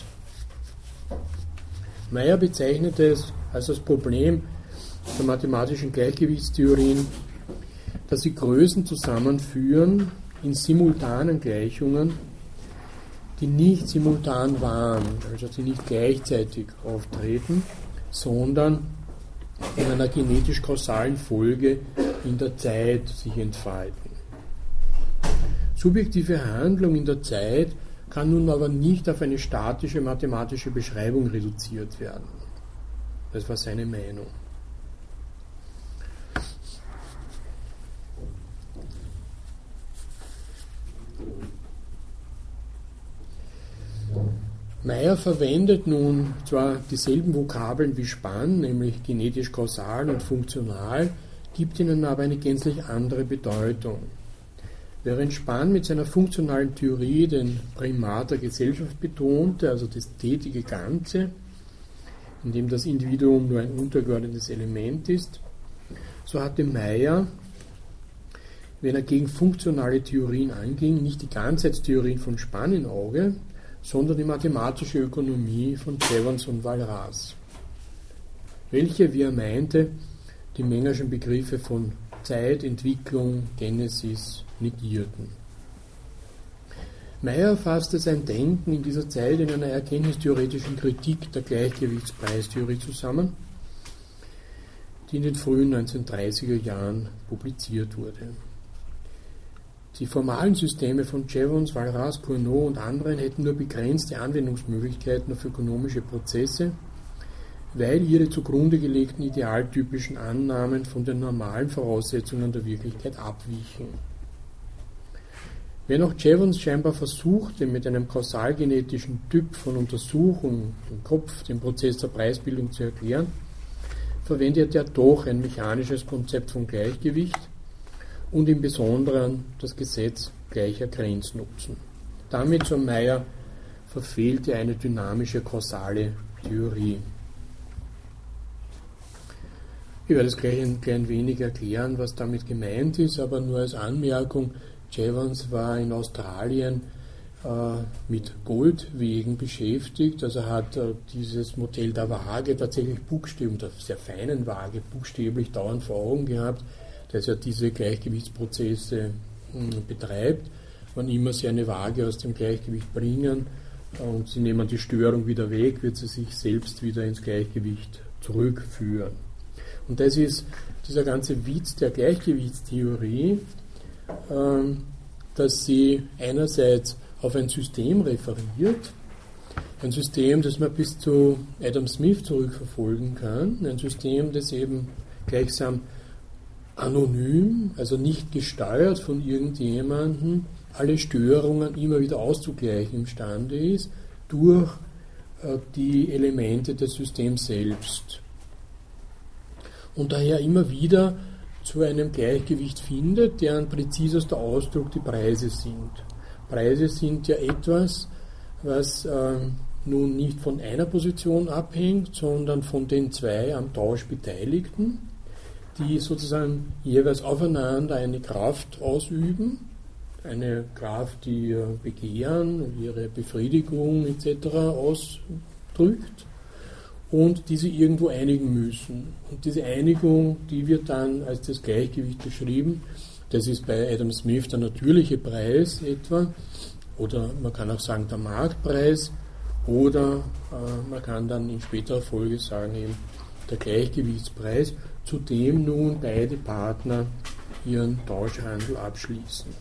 Meyer bezeichnete es als das Problem der mathematischen Gleichgewichtstheorien, dass sie Größen zusammenführen in simultanen Gleichungen, die nicht simultan waren, also die nicht gleichzeitig auftreten, sondern in einer genetisch-kausalen Folge in der Zeit sich entfalten. Subjektive Handlung in der Zeit kann nun aber nicht auf eine statische mathematische Beschreibung reduziert werden. Das war seine Meinung. Meyer verwendet nun zwar dieselben Vokabeln wie Spann, nämlich genetisch-kausal und funktional, gibt ihnen aber eine gänzlich andere Bedeutung. Während Spann mit seiner funktionalen Theorie den Primat der Gesellschaft betonte, also das tätige Ganze, in dem das Individuum nur ein untergeordnetes Element ist, so hatte Meyer, wenn er gegen funktionale Theorien anging, nicht die Ganzheitstheorien von Spann im Auge, sondern die mathematische Ökonomie von Jevons und Walras, welche, wie er meinte, die Mengerschen Begriffe von Zeit, Entwicklung, Genesis negierten. Meyer fasste sein Denken in dieser Zeit in einer erkenntnistheoretischen Kritik der Gleichgewichtspreistheorie zusammen, die in den frühen neunzehnhundertdreißiger Jahren publiziert wurde. Die formalen Systeme von Jevons, Walras, Cournot und anderen hätten nur begrenzte Anwendungsmöglichkeiten auf ökonomische Prozesse, weil ihre zugrunde gelegten idealtypischen Annahmen von den normalen Voraussetzungen der Wirklichkeit abwichen. Wenn auch Jevons scheinbar versuchte, mit einem kausalgenetischen Typ von Untersuchung im Kopf den Prozess der Preisbildung zu erklären, verwendete er doch ein mechanisches Konzept von Gleichgewicht und im Besonderen das Gesetz gleicher Grenznutzen. Damit, so Meyer, verfehlte eine dynamische kausale Theorie. Ich werde es gleich ein klein wenig erklären, was damit gemeint ist, aber nur als Anmerkung: Jevons war in Australien äh, mit Goldwegen beschäftigt, also hat äh, dieses Modell der Waage tatsächlich buchstäblich, der sehr feinen Waage, buchstäblich dauernd vor Augen gehabt, dass er diese Gleichgewichtsprozesse mh, betreibt. Wann immer sie eine Waage aus dem Gleichgewicht bringen äh, und sie nehmen die Störung wieder weg, wird sie sich selbst wieder ins Gleichgewicht zurückführen. Und das ist dieser ganze Witz der Gleichgewichtstheorie, äh, dass sie einerseits auf ein System referiert, ein System, das man bis zu Adam Smith zurückverfolgen kann, ein System, das eben gleichsam anonym, also nicht gesteuert von irgendjemandem, alle Störungen immer wieder auszugleichen imstande ist durch äh, die Elemente des Systems selbst. Und daher immer wieder zu einem Gleichgewicht findet, deren präzisester Ausdruck die Preise sind. Preise sind ja etwas, was äh, nun nicht von einer Position abhängt, sondern von den zwei am Tausch Beteiligten, die sozusagen jeweils aufeinander eine Kraft ausüben, eine Kraft, die ihr Begehren, ihre Befriedigung et cetera ausdrückt und die sie irgendwo einigen müssen. Und diese Einigung, die wird dann als das Gleichgewicht beschrieben, Das ist bei Adam Smith der natürliche Preis etwa, oder man kann auch sagen der Marktpreis, oder äh, man kann dann in späterer Folge sagen eben der Gleichgewichtspreis, zu dem nun beide Partner ihren Tauschhandel abschließen.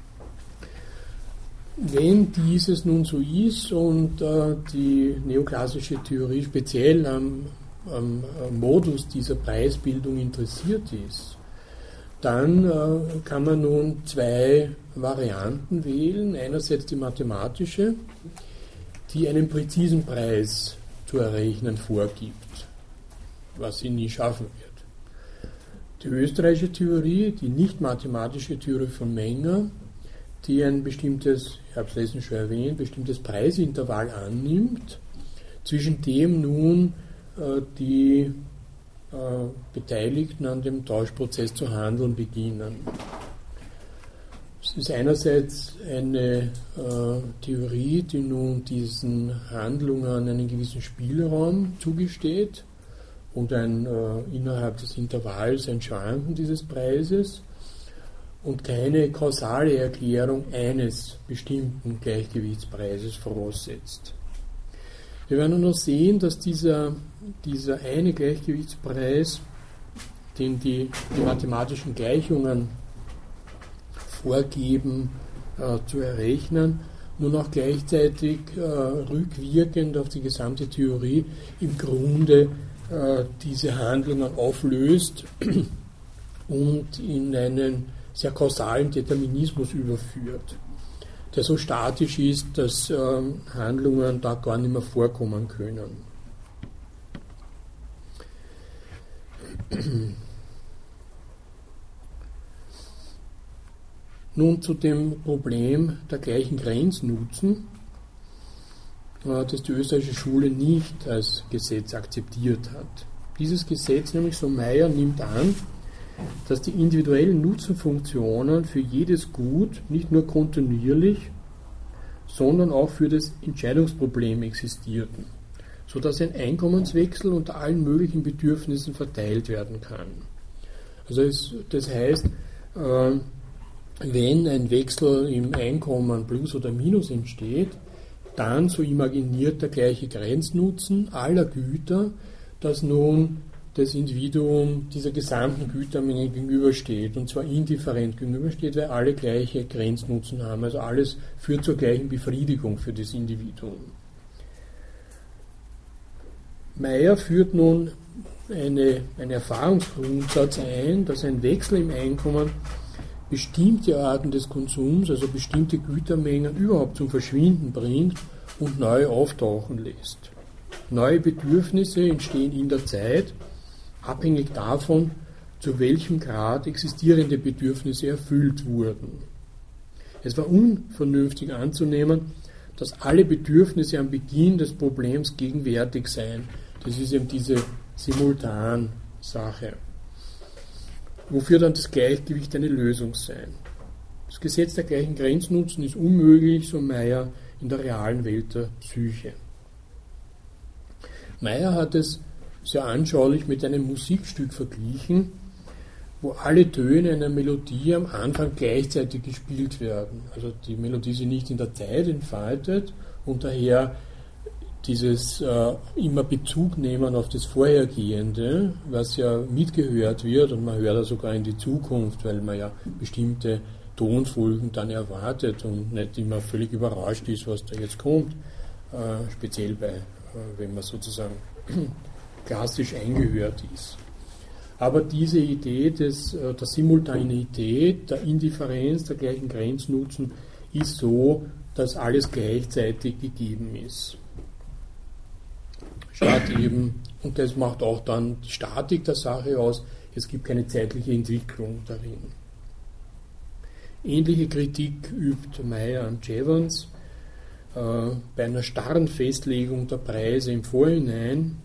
Wenn dieses nun so ist und äh, die neoklassische Theorie speziell am, am, am Modus dieser Preisbildung interessiert ist, dann äh, kann man nun zwei Varianten wählen. Einerseits die mathematische, die einen präzisen Preis zu errechnen vorgibt, was sie nie schaffen wird. Die österreichische Theorie, die nicht-mathematische Theorie von Menger, die ein bestimmtes, ich habe es letztens schon erwähnt, bestimmtes Preisintervall annimmt, zwischen dem nun äh, die äh, Beteiligten an dem Tauschprozess zu handeln beginnen. Es ist einerseits eine äh, Theorie, die nun diesen Handlungen einen gewissen Spielraum zugesteht und ein, äh, innerhalb des Intervalls ein Schwanken dieses Preises und keine kausale Erklärung eines bestimmten Gleichgewichtspreises voraussetzt. Wir werden noch sehen, dass dieser, dieser eine Gleichgewichtspreis, den die, die mathematischen Gleichungen vorgeben äh, zu errechnen, nun auch gleichzeitig äh, rückwirkend auf die gesamte Theorie im Grunde äh, diese Handlungen auflöst und in einen sehr kausalen Determinismus überführt, der so statisch ist, dass äh, Handlungen da gar nicht mehr vorkommen können. Nun zu dem Problem der gleichen Grenznutzen, äh, das die österreichische Schule nicht als Gesetz akzeptiert hat. Dieses Gesetz, nämlich so Meyer, nimmt an, dass die individuellen Nutzenfunktionen für jedes Gut nicht nur kontinuierlich, sondern auch für das Entscheidungsproblem existierten, sodass ein Einkommenswechsel unter allen möglichen Bedürfnissen verteilt werden kann. Also es, das heißt, äh, wenn ein Wechsel im Einkommen plus oder minus entsteht, dann so imaginiert der gleiche Grenznutzen aller Güter, dass nun das Individuum dieser gesamten Gütermenge gegenübersteht, und zwar indifferent gegenübersteht, weil alle gleiche Grenznutzen haben. Also alles führt zur gleichen Befriedigung für das Individuum. Meyer führt nun eine, einen Erfahrungsgrundsatz ein, dass ein Wechsel im Einkommen bestimmte Arten des Konsums, also bestimmte Gütermengen überhaupt zum Verschwinden bringt und neu auftauchen lässt. Neue Bedürfnisse entstehen in der Zeit, abhängig davon, zu welchem Grad existierende Bedürfnisse erfüllt wurden. Es war unvernünftig anzunehmen, dass alle Bedürfnisse am Beginn des Problems gegenwärtig seien. Das ist eben diese Simultansache, wofür dann das Gleichgewicht eine Lösung sein. Das Gesetz der gleichen Grenznutzen ist unmöglich, so Meyer, in der realen Welt der Psyche. Meyer hat es sehr anschaulich mit einem Musikstück verglichen, wo alle Töne einer Melodie am Anfang gleichzeitig gespielt werden. Also die Melodie sich nicht in der Zeit entfaltet und daher dieses äh, immer Bezug nehmen auf das Vorhergehende, was ja mitgehört wird, und man hört ja sogar in die Zukunft, weil man ja bestimmte Tonfolgen dann erwartet und nicht immer völlig überrascht ist, was da jetzt kommt, äh, speziell bei, äh, wenn man sozusagen klassisch eingehört ist. Aber diese Idee des, der Simultaneität, der Indifferenz, der gleichen Grenznutzen ist so, dass alles gleichzeitig gegeben ist. Statt eben, und das macht auch dann die Statik der Sache aus, es gibt keine zeitliche Entwicklung darin. Ähnliche Kritik übt Meyer an Jevons. Äh, bei einer starren Festlegung der Preise im Vorhinein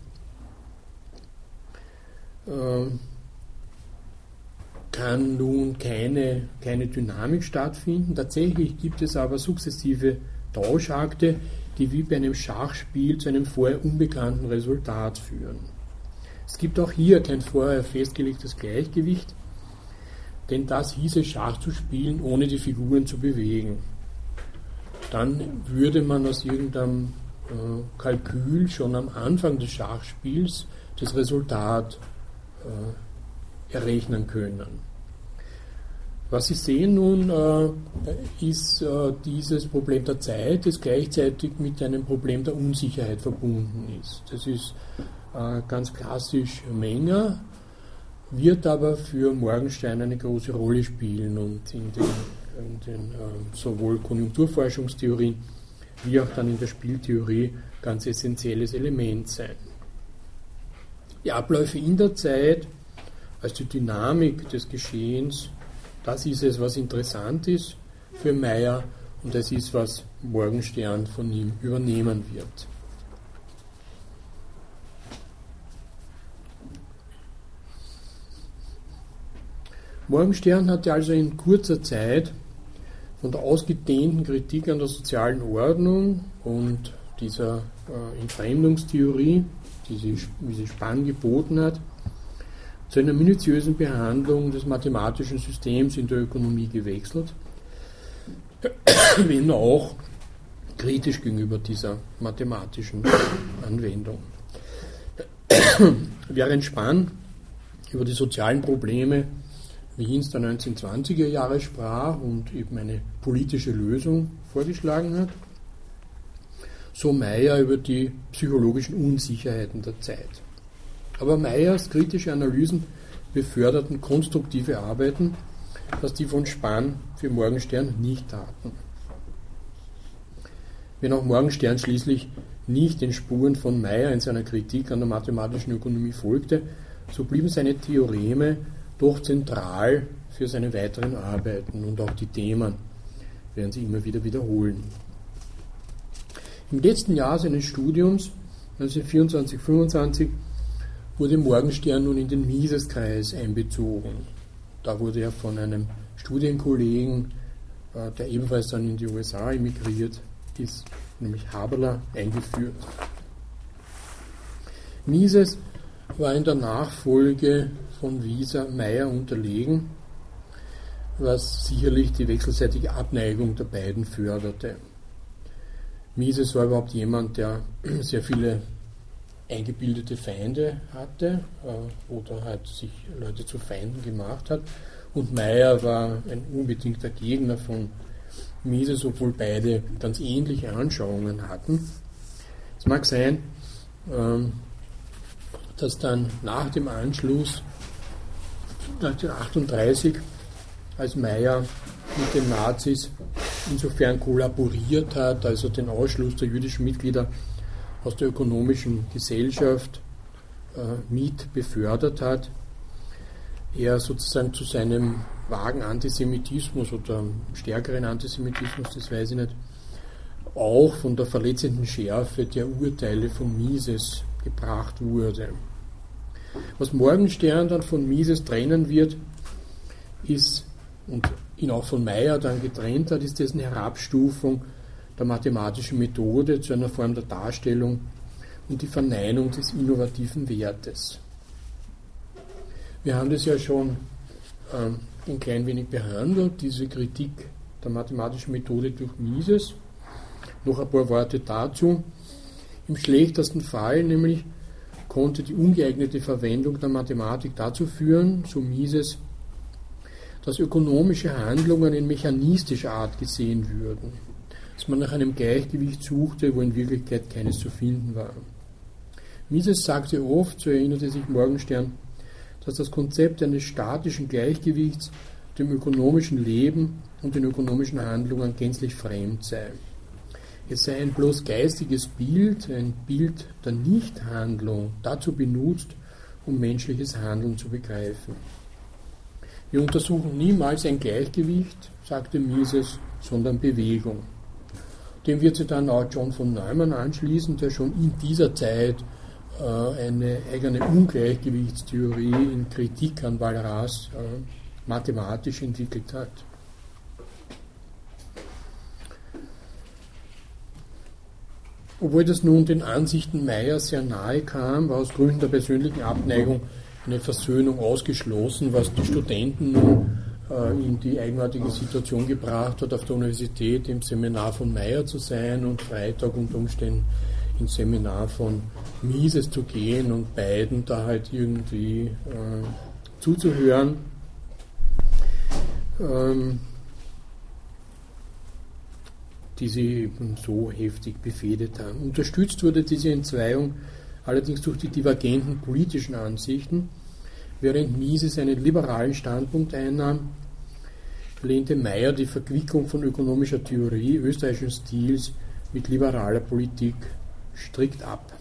kann nun keine, keine Dynamik stattfinden. Tatsächlich gibt es aber sukzessive Tauschakte, die wie bei einem Schachspiel zu einem vorher unbekannten Resultat führen. Es gibt auch hier kein vorher festgelegtes Gleichgewicht. denn das hieße Schach zu spielen, ohne die Figuren zu bewegen. Dann würde man aus irgendeinem äh, Kalkül schon am Anfang des Schachspiels das Resultat äh, errechnen können. Was Sie sehen nun, äh, ist äh, dieses Problem der Zeit, das gleichzeitig mit einem Problem der Unsicherheit verbunden ist. Das ist äh, ganz klassisch Menger, wird aber für Morgenstern eine große Rolle spielen und in den, in den äh, sowohl Konjunkturforschungstheorien wie auch dann in der Spieltheorie ganz essentielles Element sein. Die Abläufe in der Zeit, also die Dynamik des Geschehens, das ist es, was interessant ist für Meyer und das ist, was Morgenstern von ihm übernehmen wird. Morgenstern hatte also in kurzer Zeit von der ausgedehnten Kritik an der sozialen Ordnung und dieser äh, Entfremdungstheorie, die sie, wie sie Spann geboten hat, zu einer minutiösen Behandlung des mathematischen Systems in der Ökonomie gewechselt, wenn auch kritisch gegenüber dieser mathematischen Anwendung. Während Spann über die sozialen Probleme Wiens der neunzehnhundertzwanziger Jahre sprach und eben eine politische Lösung vorgeschlagen hat, so Meyer über die psychologischen Unsicherheiten der Zeit. Aber Meyers kritische Analysen beförderten konstruktive Arbeiten, was die von Spann für Morgenstern nicht taten. Wenn auch Morgenstern schließlich nicht den Spuren von Meyer in seiner Kritik an der mathematischen Ökonomie folgte, so blieben seine Theoreme doch zentral für seine weiteren Arbeiten und auch die Themen werden sie immer wieder wiederholen. Im letzten Jahr seines Studiums, neunzehnhundertvierundzwanzig fünfundzwanzig, wurde Morgenstern nun in den Miseskreis einbezogen. Da wurde er von einem Studienkollegen, der ebenfalls dann in die U S A emigriert ist, nämlich Haberler, eingeführt. Mises war in der Nachfolge von Wieser Meyer unterlegen, was sicherlich die wechselseitige Abneigung der beiden förderte. Mises war überhaupt jemand, der sehr viele eingebildete Feinde hatte äh, oder halt sich Leute zu Feinden gemacht hat. Und Meyer war ein unbedingter Gegner von Mises, obwohl beide ganz ähnliche Anschauungen hatten. Es mag sein, ähm, dass dann nach dem Anschluss neunzehnhundertachtunddreißig, als Meyer mit den Nazis insofern kollaboriert hat, also den Ausschluss der jüdischen Mitglieder aus der ökonomischen Gesellschaft äh, mit befördert hat, er sozusagen zu seinem vagen Antisemitismus oder stärkeren Antisemitismus, das weiß ich nicht, auch von der verletzenden Schärfe der Urteile von Mises gebracht wurde. Was Morgenstern dann von Mises trennen wird, ist, und ihn auch von Meyer dann getrennt hat, ist dessen Herabstufung der mathematischen Methode zu einer Form der Darstellung und die Verneinung des innovativen Wertes. Wir haben das ja schon ähm, ein klein wenig behandelt, diese Kritik der mathematischen Methode durch Mises. Noch ein paar Worte dazu. Im schlechtesten Fall nämlich konnte die ungeeignete Verwendung der Mathematik dazu führen, so Mises, dass ökonomische Handlungen in mechanistischer Art gesehen würden, dass man nach einem Gleichgewicht suchte, wo in Wirklichkeit keines zu finden war. Mises sagte oft, so erinnerte sich Morgenstern, dass das Konzept eines statischen Gleichgewichts dem ökonomischen Leben und den ökonomischen Handlungen gänzlich fremd sei. Es sei ein bloß geistiges Bild, ein Bild der Nichthandlung, dazu benutzt, um menschliches Handeln zu begreifen. Wir untersuchen niemals ein Gleichgewicht, sagte Mises, sondern Bewegung. Dem wird sich dann auch John von Neumann anschließen, der schon in dieser Zeit äh, eine eigene Ungleichgewichtstheorie in Kritik an Walras äh, mathematisch entwickelt hat. Obwohl das nun den Ansichten Meyers sehr nahe kam, war aus Gründen der persönlichen Abneigung eine Versöhnung ausgeschlossen, was die Studenten nun äh, in die eigenartige Situation gebracht hat, auf der Universität im Seminar von Meyer zu sein und Freitag unter Umständen ins Seminar von Mises zu gehen und beiden da halt irgendwie äh, zuzuhören. Ähm, die sie eben so heftig befehdet haben. Unterstützt wurde diese Entzweiung allerdings durch die divergenten politischen Ansichten. Während Mises einen liberalen Standpunkt einnahm, lehnte Meyer die Verquickung von ökonomischer Theorie österreichischen Stils mit liberaler Politik strikt ab.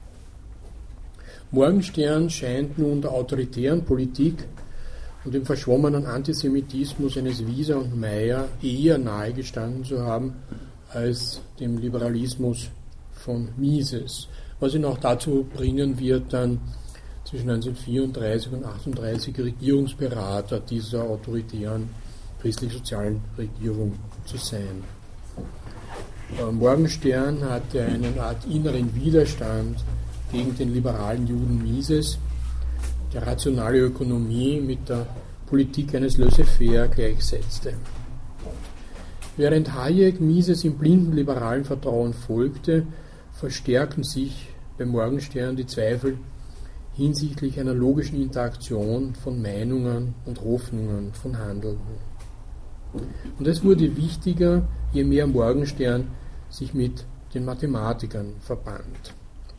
Morgenstern scheint nun der autoritären Politik und dem verschwommenen Antisemitismus eines Wieser und Meyer eher nahe gestanden zu haben als dem Liberalismus von Mises, was ihn auch dazu bringen wird, dann zwischen neunzehnhundertvierunddreißig und achtunddreißig Regierungsberater dieser autoritären christlich-sozialen Regierung zu sein. Morgenstern hatte eine Art inneren Widerstand gegen den liberalen Juden Mises, der rationale Ökonomie mit der Politik eines Laissez-faire gleichsetzte. Während Hayek Mises im blinden liberalen Vertrauen folgte, verstärkten sich bei Morgenstern die Zweifel hinsichtlich einer logischen Interaktion von Meinungen und Hoffnungen von Handelnden. Und es wurde wichtiger, je mehr Morgenstern sich mit den Mathematikern verband.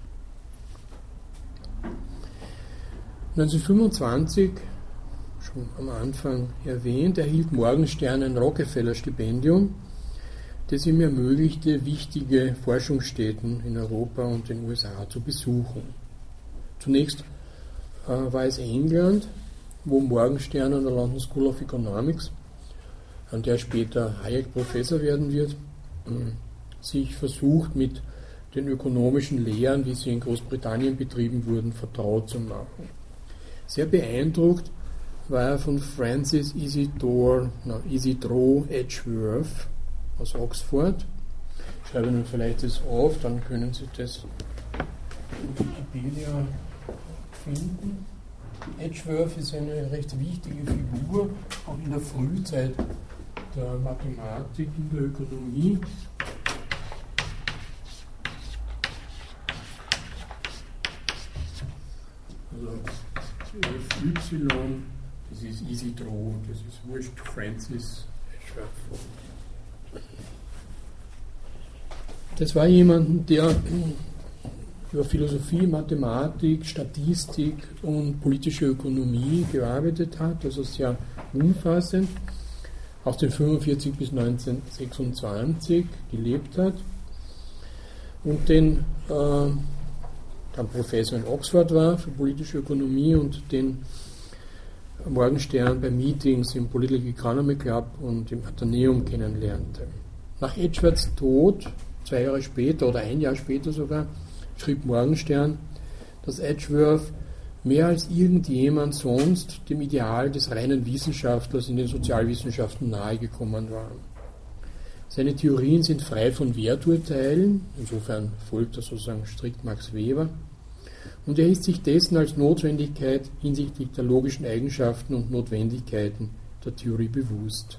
neunzehnhundertfünfundzwanzig, schon am Anfang erwähnt, erhielt Morgenstern ein Rockefeller-Stipendium, das ihm ermöglichte, wichtige Forschungsstätten in Europa und den U S A zu besuchen. Zunächst äh, war es England, wo Morgenstern an der London School of Economics, an der später Hayek Professor werden wird, äh, sich versucht, mit den ökonomischen Lehren, wie sie in Großbritannien betrieben wurden, vertraut zu machen. Sehr beeindruckt war er von Francis Isidore, no, Isidro Edgeworth aus Oxford. Ich schreibe Ihnen vielleicht das auf, dann können Sie das in Wikipedia finden. Edgeworth ist eine recht wichtige Figur, auch in der Frühzeit der Mathematik, in der Ökonomie. Also F Y, das ist Isidro, das ist wurscht, Francis Edgeworth. Das war jemand, der über Philosophie, Mathematik, Statistik und politische Ökonomie gearbeitet hat, also sehr umfassend, aus den fünfundvierzig bis neunzehnhundertsechsundzwanzig gelebt hat und den äh, dann Professor in Oxford war für politische Ökonomie und den Morgenstern bei Meetings im Political Economy Club und im Atheneum kennenlernte. Nach Edgeworths Tod, zwei Jahre später oder ein Jahr später sogar, schrieb Morgenstern, dass Edgeworth mehr als irgendjemand sonst dem Ideal des reinen Wissenschaftlers in den Sozialwissenschaften nahegekommen war. Seine Theorien sind frei von Werturteilen, insofern folgt er sozusagen strikt Max Weber, und er ist sich dessen als Notwendigkeit hinsichtlich der logischen Eigenschaften und Notwendigkeiten der Theorie bewusst.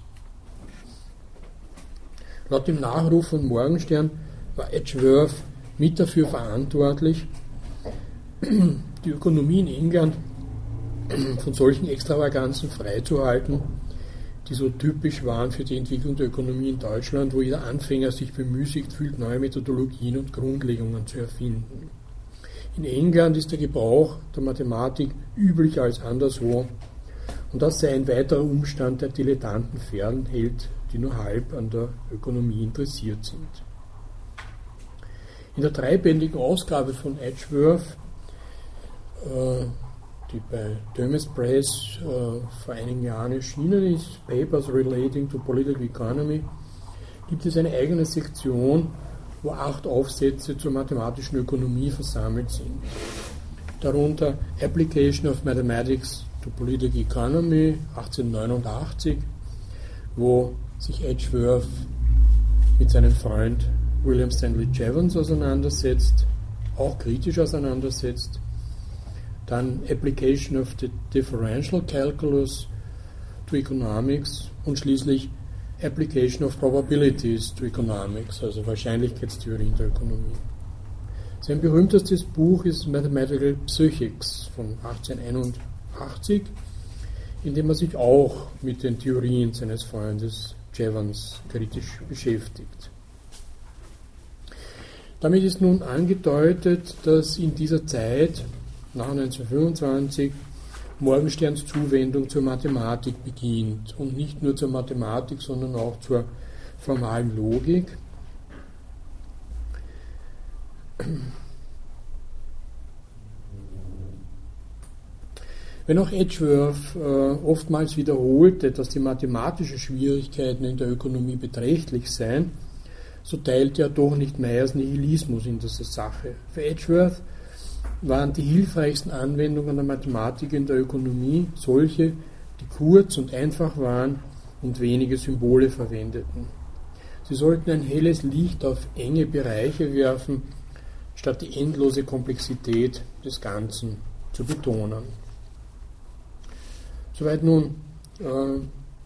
Laut dem Nachruf von Morgenstern war Edgeworth mit dafür verantwortlich, die Ökonomie in England von solchen Extravaganzen freizuhalten, die so typisch waren für die Entwicklung der Ökonomie in Deutschland, wo jeder Anfänger sich bemüßigt fühlt, neue Methodologien und Grundlegungen zu erfinden. In England ist der Gebrauch der Mathematik üblicher als anderswo, und das sei ein weiterer Umstand, der Dilettanten fernhält, die nur halb an der Ökonomie interessiert sind. In der dreibändigen Ausgabe von Edgeworth, äh, die bei Thomas Press äh, vor einigen Jahren erschienen ist, Papers Relating to Political Economy, gibt es eine eigene Sektion, wo acht Aufsätze zur mathematischen Ökonomie versammelt sind. Darunter Application of Mathematics to Political Economy achtzehnhundertneunundachtzig, wo sich Edgeworth mit seinem Freund William Stanley Jevons auseinandersetzt, auch kritisch auseinandersetzt. Dann Application of the Differential Calculus to to Economics und schließlich Application of Probabilities to Economics, also Wahrscheinlichkeitstheorien der Ökonomie. Sein berühmtestes Buch ist Mathematical Psychics von achtzehnhunderteinundachtzig, in dem er sich auch mit den Theorien seines Freundes Jevons kritisch beschäftigt. Damit ist nun angedeutet, dass in dieser Zeit, nach neunzehnhundertfünfundzwanzig, Morgensterns Zuwendung zur Mathematik beginnt. Und nicht nur zur Mathematik, sondern auch zur formalen Logik. Wenn auch Edgeworth äh, oftmals wiederholte, dass die mathematischen Schwierigkeiten in der Ökonomie beträchtlich seien, so teilte er doch nicht Mayers Nihilismus in dieser Sache. Für Edgeworth waren die hilfreichsten Anwendungen der Mathematik in der Ökonomie solche, die kurz und einfach waren und wenige Symbole verwendeten. Sie sollten ein helles Licht auf enge Bereiche werfen, statt die endlose Komplexität des Ganzen zu betonen. Soweit nun äh,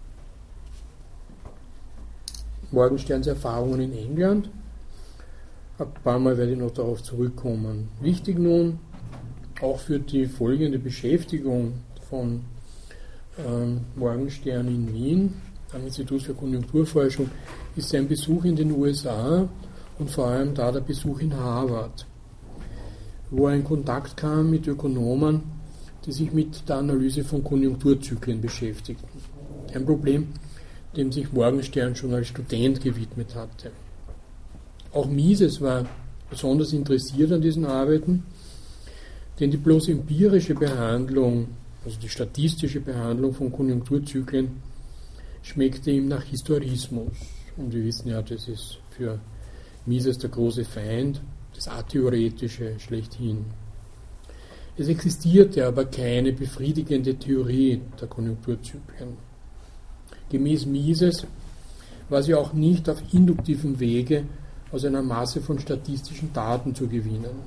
Morgensterns Erfahrungen in England. Ein paar Mal werde ich noch darauf zurückkommen. Wichtig nun, auch für die folgende Beschäftigung von ähm, Morgenstern in Wien, am Institut für Konjunkturforschung, ist sein Besuch in den U S A und vor allem da der Besuch in Harvard, wo er in Kontakt kam mit Ökonomen, die sich mit der Analyse von Konjunkturzyklen beschäftigten. Ein Problem, dem sich Morgenstern schon als Student gewidmet hatte. Auch Mises war besonders interessiert an diesen Arbeiten, denn die bloß empirische Behandlung, also die statistische Behandlung von Konjunkturzyklen, schmeckte ihm nach Historismus. Und wir wissen ja, das ist für Mises der große Feind, das Atheoretische schlechthin. Es existierte aber keine befriedigende Theorie der Konjunkturzyklen. Gemäß Mises war sie auch nicht auf induktivem Wege aus einer Masse von statistischen Daten zu gewinnen.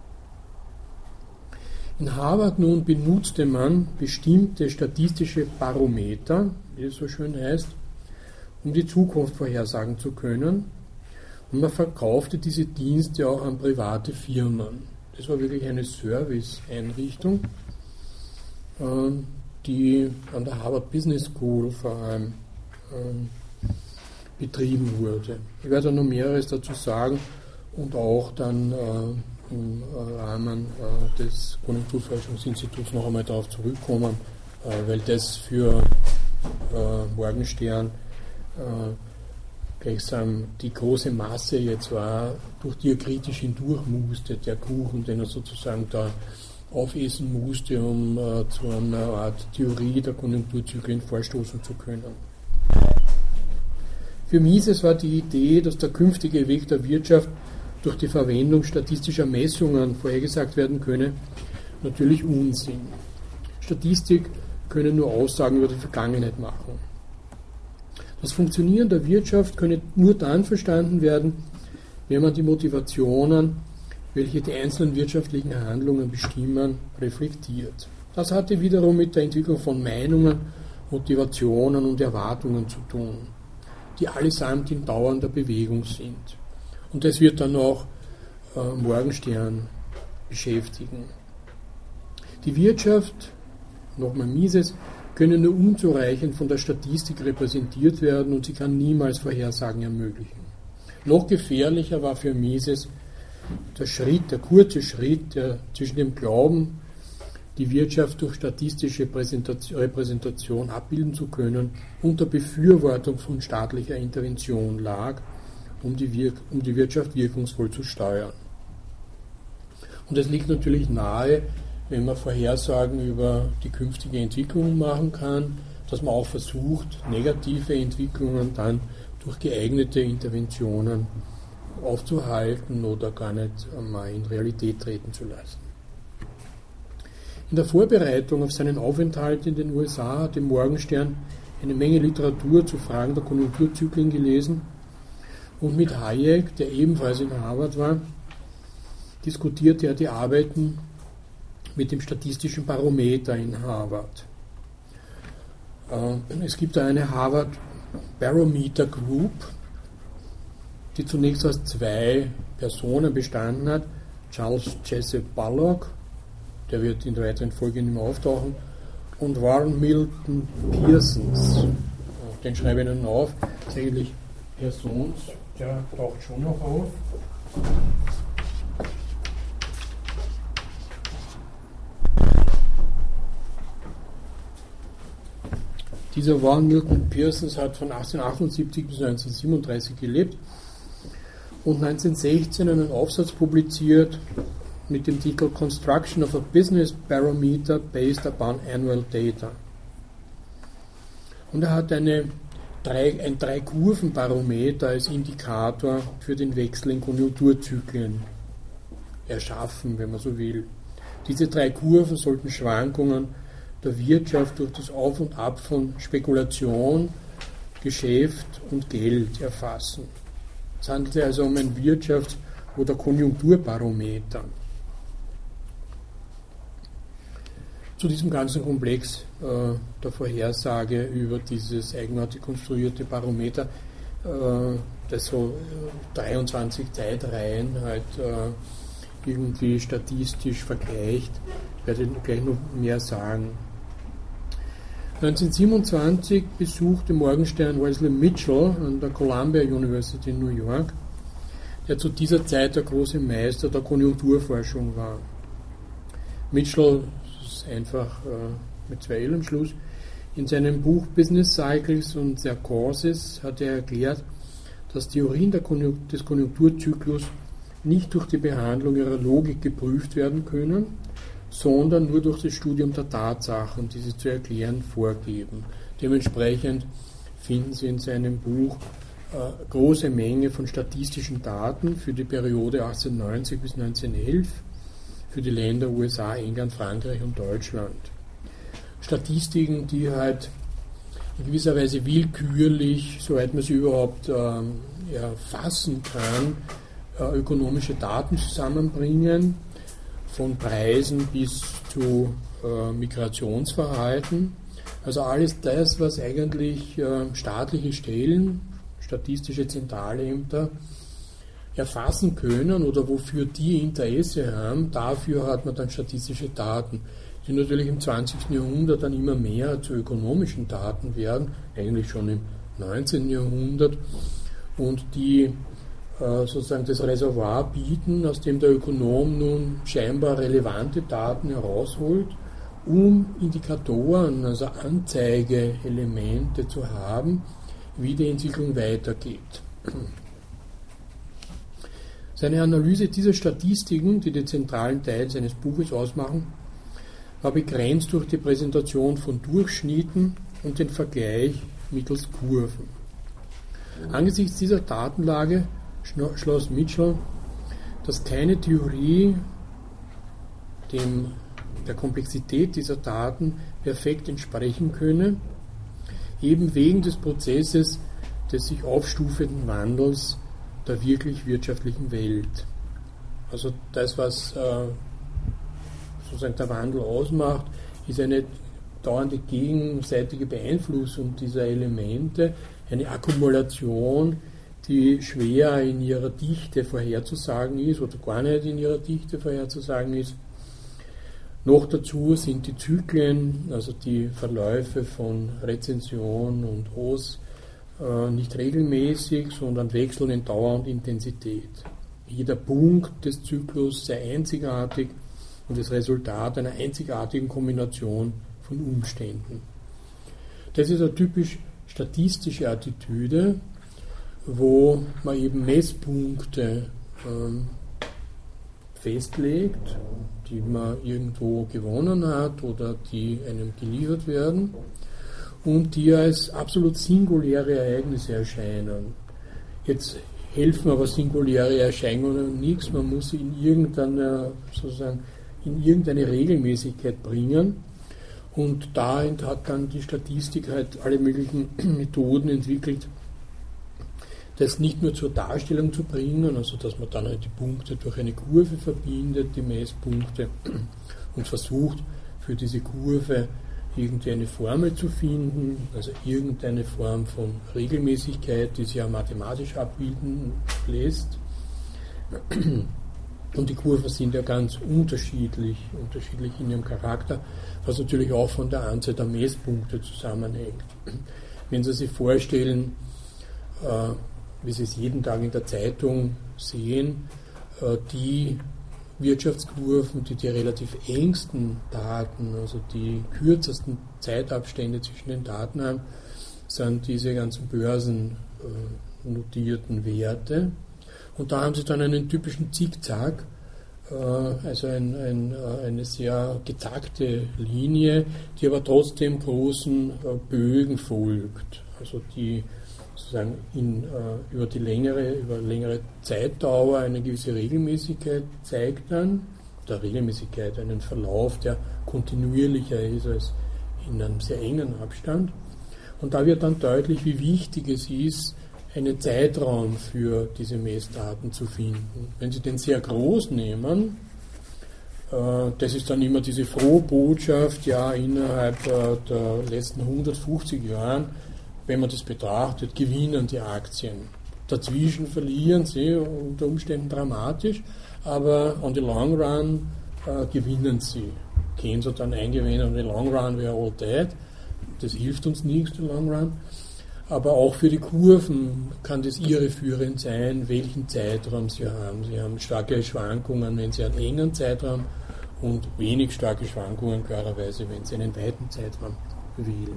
In Harvard nun benutzte man bestimmte statistische Barometer, wie es so schön heißt, um die Zukunft vorhersagen zu können, und man verkaufte diese Dienste auch an private Firmen. Das war wirklich eine Service-Einrichtung, die an der Harvard Business School vor allem betrieben wurde. Ich werde noch Mehreres dazu sagen und auch dann äh, im Rahmen äh, des Konjunkturforschungsinstituts noch einmal darauf zurückkommen, äh, weil das für äh, Morgenstern äh, gleichsam die große Masse jetzt war, durch die er kritisch hindurch musste, der Kuchen, den er sozusagen da aufessen musste, um äh, zu einer Art Theorie der Konjunkturzyklen vorstoßen zu können. Für Mises war die Idee, dass der künftige Weg der Wirtschaft durch die Verwendung statistischer Messungen vorhergesagt werden könne, natürlich Unsinn. Statistik könne nur Aussagen über die Vergangenheit machen. Das Funktionieren der Wirtschaft könne nur dann verstanden werden, wenn man die Motivationen, welche die einzelnen wirtschaftlichen Handlungen bestimmen, reflektiert. Das hatte wiederum mit der Entwicklung von Meinungen, Motivationen und Erwartungen zu tun, die allesamt in dauernder Bewegung sind. Und das wird dann auch äh, Morgenstern beschäftigen. Die Wirtschaft, nochmal Mises, könne nur unzureichend von der Statistik repräsentiert werden und sie kann niemals Vorhersagen ermöglichen. Noch gefährlicher war für Mises der Schritt, der kurze Schritt der zwischen dem Glauben, die Wirtschaft durch statistische Repräsentation abbilden zu können, und der Befürwortung von staatlicher Intervention lag, um die, Wirk- um die Wirtschaft wirkungsvoll zu steuern. Und es liegt natürlich nahe, wenn man Vorhersagen über die künftige Entwicklung machen kann, dass man auch versucht, negative Entwicklungen dann durch geeignete Interventionen aufzuhalten oder gar nicht einmal in Realität treten zu lassen. In der Vorbereitung auf seinen Aufenthalt in den U S A hatte Morgenstern eine Menge Literatur zu Fragen der Konjunkturzyklen gelesen und mit Hayek, der ebenfalls in Harvard war, diskutierte er die Arbeiten mit dem statistischen Barometer in Harvard. Es gibt da eine Harvard Barometer Group, die zunächst aus zwei Personen bestanden hat. Charles Jesse Bullock, der wird in der weiteren Folge nicht mehr auftauchen, und Warren Milton Pearsons. Den schreibe ich Ihnen auf. Das ist eigentlich Persons, der taucht schon noch auf. Dieser Warren Milton Pearsons hat von achtzehnhundertachtundsiebzig bis neunzehnhundertsiebenunddreißig gelebt und neunzehnhundertsechzehn einen Aufsatz publiziert mit dem Titel Construction of a Business Barometer Based upon Annual Data. Und er hat eine drei, ein Drei-Kurven-Barometer als Indikator für den Wechsel in Konjunkturzyklen erschaffen, wenn man so will. Diese drei Kurven sollten Schwankungen der Wirtschaft durch das Auf und Ab von Spekulation, Geschäft und Geld erfassen. Es handelt sich also um ein Wirtschafts- oder Konjunkturbarometer. Zu diesem ganzen Komplex äh, der Vorhersage über dieses eigenartig konstruierte Barometer, äh, das so äh, dreiundzwanzig Zeitreihen halt äh, irgendwie statistisch vergleicht, werde ich gleich noch mehr sagen. neunzehnhundertsiebenundzwanzig besuchte Morgenstern Wesley Mitchell an der Columbia University in New York, der zu dieser Zeit der große Meister der Konjunkturforschung war. Mitchell, das ist einfach äh, mit zwei L am Schluss, in seinem Buch Business Cycles und Their Causes hat er erklärt, dass Theorien der Konjunktur, des Konjunkturzyklus nicht durch die Behandlung ihrer Logik geprüft werden können, sondern nur durch das Studium der Tatsachen, die sie zu erklären vorgeben. Dementsprechend finden Sie in seinem Buch äh, große Menge von statistischen Daten für die Periode achtzehnhundertneunzig bis neunzehnhundertelf, für die Länder U S A, England, Frankreich und Deutschland. Statistiken, die halt in gewisser Weise willkürlich, soweit man sie überhaupt ähm, erfassen kann, äh, ökonomische Daten zusammenbringen, von Preisen bis zu äh, Migrationsverhalten. Also alles das, was eigentlich äh, staatliche Stellen, statistische Zentralämter erfassen können oder wofür die Interesse haben, dafür hat man dann statistische Daten, die natürlich im zwanzigsten Jahrhundert dann immer mehr zu ökonomischen Daten werden, eigentlich schon im neunzehnten Jahrhundert, und die sozusagen das Reservoir bieten, aus dem der Ökonom nun scheinbar relevante Daten herausholt, um Indikatoren, also Anzeigeelemente zu haben, wie die Entwicklung weitergeht. Seine Analyse dieser Statistiken, die den zentralen Teil seines Buches ausmachen, war begrenzt durch die Präsentation von Durchschnitten und den Vergleich mittels Kurven. Angesichts dieser Datenlage schloss Mitchell, dass keine Theorie dem, der Komplexität dieser Daten perfekt entsprechen könne, eben wegen des Prozesses des sich aufstufenden Wandels der wirklich wirtschaftlichen Welt. Also das, was äh, sozusagen der Wandel ausmacht, ist eine dauernde gegenseitige Beeinflussung dieser Elemente, eine Akkumulation, die schwer in ihrer Dichte vorherzusagen ist oder gar nicht in ihrer Dichte vorherzusagen ist. Noch dazu sind die Zyklen, also die Verläufe von Rezension und Hoss, äh, nicht regelmäßig, sondern wechseln in Dauer und Intensität. Jeder Punkt des Zyklus sei einzigartig und das Resultat einer einzigartigen Kombination von Umständen. Das ist eine typisch statistische Attitüde, wo man eben Messpunkte ähm, festlegt, die man irgendwo gewonnen hat oder die einem geliefert werden und die als absolut singuläre Ereignisse erscheinen. Jetzt helfen aber singuläre Erscheinungen nichts, man muss sie in irgendeine, sozusagen, in irgendeine Regelmäßigkeit bringen, und dahin hat dann die Statistik halt alle möglichen Methoden entwickelt, das nicht nur zur Darstellung zu bringen, also dass man dann halt die Punkte durch eine Kurve verbindet, die Messpunkte, und versucht für diese Kurve irgendwie eine Formel zu finden, also irgendeine Form von Regelmäßigkeit, die sich ja mathematisch abbilden lässt. Und die Kurven sind ja ganz unterschiedlich, unterschiedlich in ihrem Charakter, was natürlich auch von der Anzahl der Messpunkte zusammenhängt. Wenn Sie sich vorstellen, äh, wie Sie es jeden Tag in der Zeitung sehen, äh, die Wirtschaftskurven, die die relativ engsten Daten, also die kürzesten Zeitabstände zwischen den Daten haben, sind diese ganzen börsennotierten Werte. Und da haben Sie dann einen typischen Zickzack, äh, also ein, ein, eine sehr gezackte Linie, die aber trotzdem großen äh, Bögen folgt, also die sozusagen in, äh, über die längere, über längere Zeitdauer eine gewisse Regelmäßigkeit zeigt dann, oder Regelmäßigkeit, einen Verlauf, der kontinuierlicher ist als in einem sehr engen Abstand. Und da wird dann deutlich, wie wichtig es ist, einen Zeitraum für diese Messdaten zu finden. Wenn Sie den sehr groß nehmen, äh, das ist dann immer diese frohe Botschaft, ja, innerhalb äh, der letzten hundertfünfzig Jahren, wenn man das betrachtet, gewinnen die Aktien. Dazwischen verlieren sie unter Umständen dramatisch, aber on the long run äh, gewinnen sie. Keynes hat dann eingewendet, on the long run we are all dead. Das hilft uns nichts, the long run. Aber auch für die Kurven kann das irreführend sein, welchen Zeitraum sie haben. Sie haben starke Schwankungen, wenn sie einen engen Zeitraum und wenig starke Schwankungen klarerweise, wenn sie einen weiten Zeitraum wählen.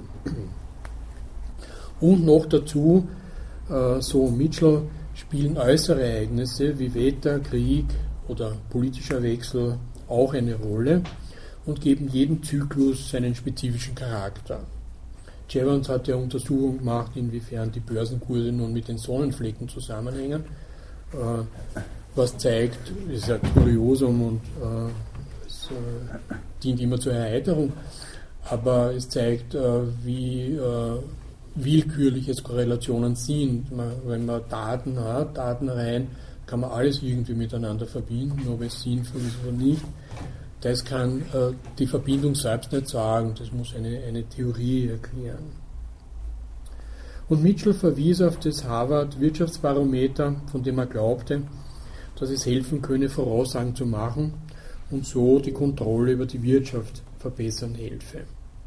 Und noch dazu, äh, so Mitchell, spielen äußere Ereignisse wie Wetter, Krieg oder politischer Wechsel auch eine Rolle und geben jedem Zyklus seinen spezifischen Charakter. Jevons hat ja Untersuchungen gemacht, inwiefern die Börsenkurse nun mit den Sonnenflecken zusammenhängen, äh, was zeigt, es ist ein Kuriosum und äh, es äh, dient immer zur Erheiterung, aber es zeigt, äh, wie äh, willkürlich es Korrelationen sind. Man, wenn man Daten hat, Datenreihen, kann man alles irgendwie miteinander verbinden, ob es sinnvoll ist oder nicht. Das kann äh, die Verbindung selbst nicht sagen, das muss eine, eine Theorie erklären. Und Mitchell verwies auf das Harvard-Wirtschaftsbarometer, von dem er glaubte, dass es helfen könne, Voraussagen zu machen und so die Kontrolle über die Wirtschaft verbessern helfe.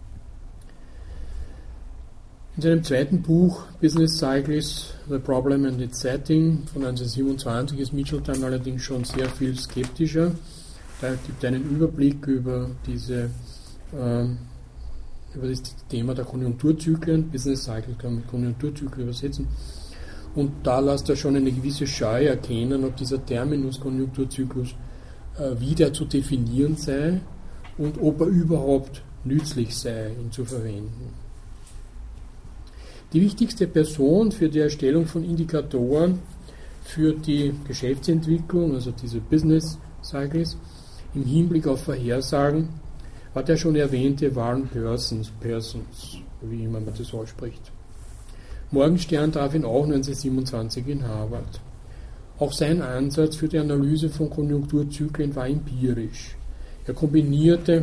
In seinem zweiten Buch Business Cycles, The Problem and its Setting von neunzehnhundertsiebenundzwanzig ist Mitchell dann allerdings schon sehr viel skeptischer. Da gibt einen Überblick über, diese, äh, über das Thema der Konjunkturzyklen. Business Cycle kann man mit Konjunkturzyklen übersetzen. Und da lässt er schon eine gewisse Scheu erkennen, ob dieser Terminus Konjunkturzyklus, äh, wie der zu definieren sei und ob er überhaupt nützlich sei, ihn zu verwenden. Die wichtigste Person für die Erstellung von Indikatoren für die Geschäftsentwicklung, also diese Business Cycles, im Hinblick auf Vorhersagen, war der schon erwähnte Warren Persons, Persons, wie immer man das ausspricht. Morgenstern traf ihn auch neunzehnhundertsiebenundzwanzig in Harvard. Auch sein Ansatz für die Analyse von Konjunkturzyklen war empirisch. Er kombinierte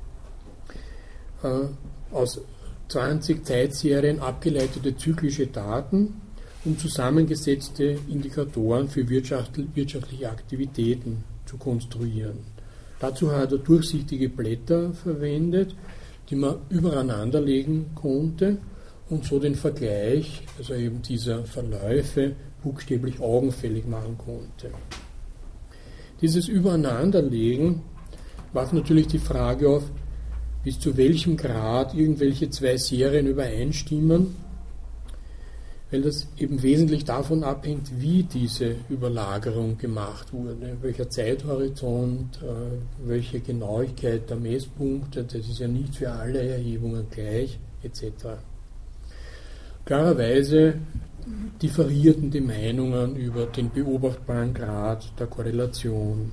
äh, aus zwanzig Zeitserien abgeleitete zyklische Daten und zusammengesetzte Indikatoren für wirtschaftliche Aktivitäten zu konstruieren. Dazu hat er durchsichtige Blätter verwendet, die man übereinander legen konnte und so den Vergleich, also eben dieser Verläufe, buchstäblich augenfällig machen konnte. Dieses Übereinanderlegen warf natürlich die Frage auf, bis zu welchem Grad irgendwelche zwei Serien übereinstimmen, weil das eben wesentlich davon abhängt, wie diese Überlagerung gemacht wurde, welcher Zeithorizont, äh, welche Genauigkeit der Messpunkte, das ist ja nicht für alle Erhebungen gleich, et cetera. Klarerweise differierten die Meinungen über den beobachtbaren Grad der Korrelation.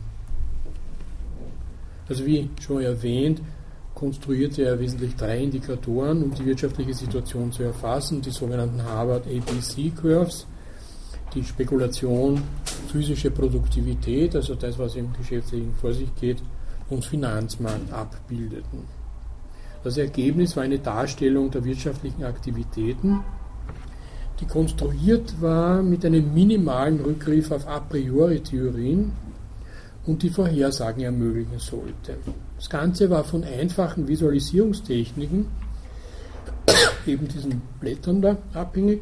Also wie schon erwähnt, konstruierte er wesentlich drei Indikatoren, um die wirtschaftliche Situation zu erfassen, die sogenannten Harvard A B C Curves, die Spekulation, physische Produktivität, also das, was im Geschäftsleben vor sich geht, und Finanzmarkt abbildeten. Das Ergebnis war eine Darstellung der wirtschaftlichen Aktivitäten, die konstruiert war mit einem minimalen Rückgriff auf a priori Theorien und die Vorhersagen ermöglichen sollte. Das Ganze war von einfachen Visualisierungstechniken, eben diesen Blättern da, abhängig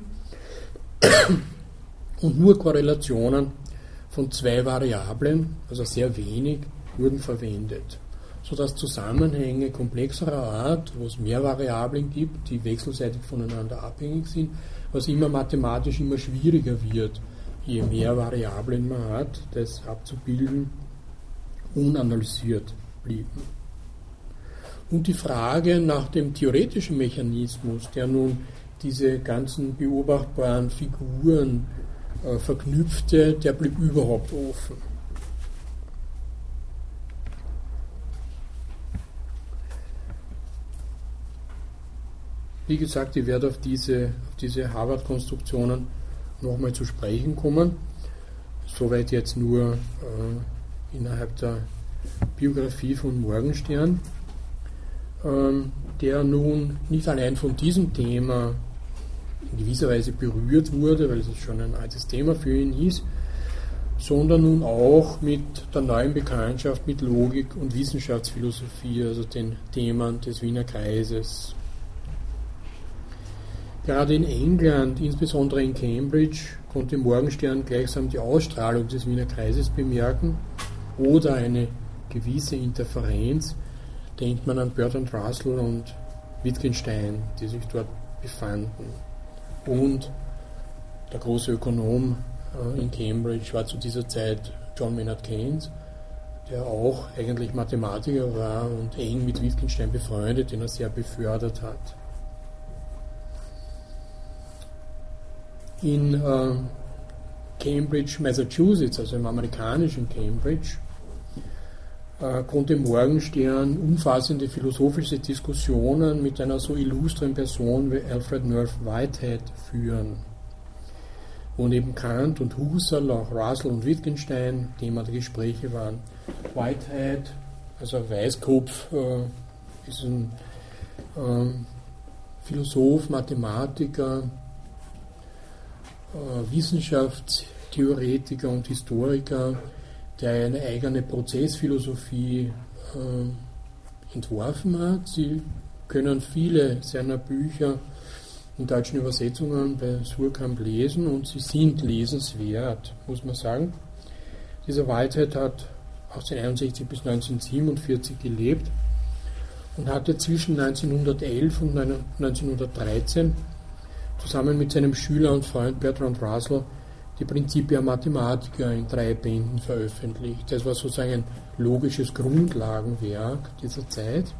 und nur Korrelationen von zwei Variablen, also sehr wenig, wurden verwendet, sodass Zusammenhänge komplexerer Art, wo es mehr Variablen gibt, die wechselseitig voneinander abhängig sind, was immer mathematisch immer schwieriger wird, je mehr Variablen man hat, das abzubilden, unanalysiert blieben. Und die Frage nach dem theoretischen Mechanismus, der nun diese ganzen beobachtbaren Figuren äh, verknüpfte, der blieb überhaupt offen. Wie gesagt, ich werde auf diese, auf diese Harvard-Konstruktionen nochmal zu sprechen kommen. Soweit jetzt nur äh, innerhalb der Biografie von Morgenstern, ähm, der nun nicht allein von diesem Thema in gewisser Weise berührt wurde, weil es schon ein altes Thema für ihn ist, sondern nun auch mit der neuen Bekanntschaft mit Logik und Wissenschaftsphilosophie, also den Themen des Wiener Kreises. Gerade in England, insbesondere in Cambridge, konnte Morgenstern gleichsam die Ausstrahlung des Wiener Kreises bemerken oder eine gewisse Interferenz. Denkt man an Bertrand Russell und Wittgenstein, die sich dort befanden. Und der große Ökonom äh, in Cambridge war zu dieser Zeit John Maynard Keynes, der auch eigentlich Mathematiker war und eng mit Wittgenstein befreundet, den er sehr befördert hat. In äh, Cambridge, Massachusetts, also im amerikanischen Cambridge, äh, konnte Morgenstern umfassende philosophische Diskussionen mit einer so illustren Person wie Alfred North Whitehead führen, wo neben Kant und Husserl auch Russell und Wittgenstein Thema der Gespräche waren. Whitehead, also Weißkopf, äh, ist ein äh, Philosoph, Mathematiker, Wissenschaftstheoretiker und Historiker, der eine eigene Prozessphilosophie äh, entworfen hat. Sie können viele seiner Bücher in deutschen Übersetzungen bei Surkamp lesen und sie sind lesenswert, muss man sagen. Dieser Whitehead hat achtzehnhunderteinundsechzig bis neunzehnhundertsiebenundvierzig gelebt und hatte zwischen neunzehnhundertelf und neunzehnhundertdreizehn zusammen mit seinem Schüler und Freund Bertrand Russell die Principia Mathematica in drei Bänden veröffentlicht. Das war sozusagen ein logisches Grundlagenwerk dieser Zeit.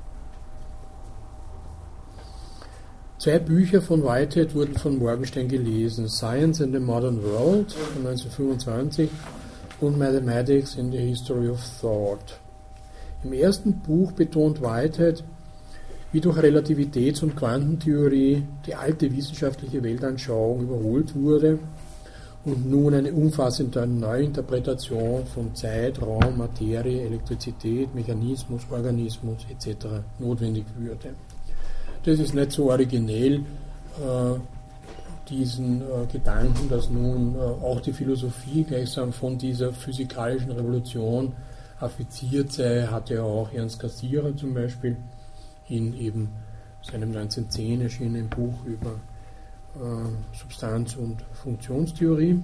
Zwei Bücher von Whitehead wurden von Morgenstern gelesen: Science and the Modern World von neunzehnhundertfünfundzwanzig und Mathematics in the History of Thought. Im ersten Buch betont Whitehead, wie durch Relativitäts- und Quantentheorie die alte wissenschaftliche Weltanschauung überholt wurde und nun eine umfassende Neuinterpretation von Zeit, Raum, Materie, Elektrizität, Mechanismus, Organismus et cetera notwendig würde. Das ist nicht so originell, äh, diesen äh, Gedanken, dass nun äh, auch die Philosophie gleichsam von dieser physikalischen Revolution affiziert sei, hatte ja auch Ernst Cassirer zum Beispiel in eben seinem neunzehnhundertzehn erschienenen Buch über äh, Substanz- und Funktionstheorie.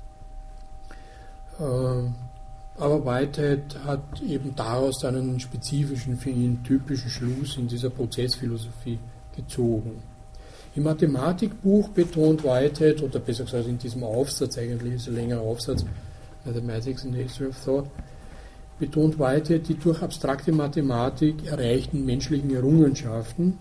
Äh, aber Whitehead hat eben daraus einen spezifischen, für ihn typischen Schluss in dieser Prozessphilosophie gezogen. Im Mathematikbuch betont Whitehead, oder besser gesagt in diesem Aufsatz, eigentlich ist ein längerer Aufsatz, Mathematics in the History of Thought, betont Whitehead die durch abstrakte Mathematik erreichten menschlichen Errungenschaften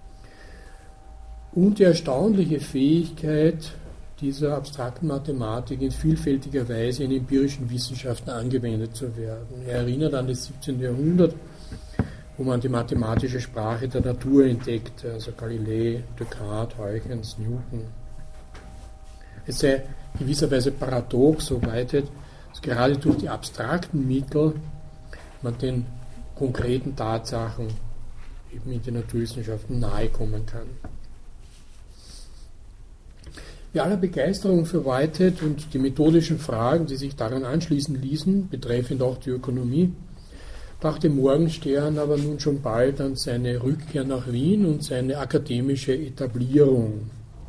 und die erstaunliche Fähigkeit dieser abstrakten Mathematik in vielfältiger Weise in empirischen Wissenschaften angewendet zu werden. Er erinnert an das siebzehnte Jahrhundert, wo man die mathematische Sprache der Natur entdeckte, also Galilei, Descartes, Huygens, Newton. Es sei gewisserweise paradox, so Whitehead, dass gerade durch die abstrakten Mittel man den konkreten Tatsachen eben in den Naturwissenschaften nahe kommen kann. Bei aller Begeisterung für Whitehead und die methodischen Fragen, die sich daran anschließen ließen, betreffend auch die Ökonomie, dachte Morgenstern aber nun schon bald an seine Rückkehr nach Wien und seine akademische Etablierung.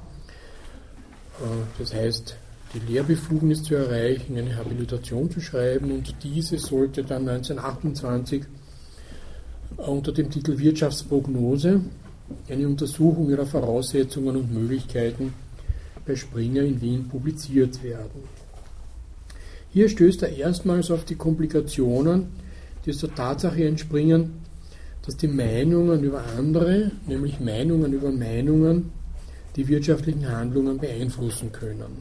Das heißt, die Lehrbefugnis zu erreichen, eine Habilitation zu schreiben, und diese sollte dann neunzehnhundertachtundzwanzig unter dem Titel Wirtschaftsprognose, eine Untersuchung ihrer Voraussetzungen und Möglichkeiten, bei Springer in Wien publiziert werden. Hier stößt er erstmals auf die Komplikationen, die aus der Tatsache entspringen, dass die Meinungen über andere, nämlich Meinungen über Meinungen, die wirtschaftlichen Handlungen beeinflussen können.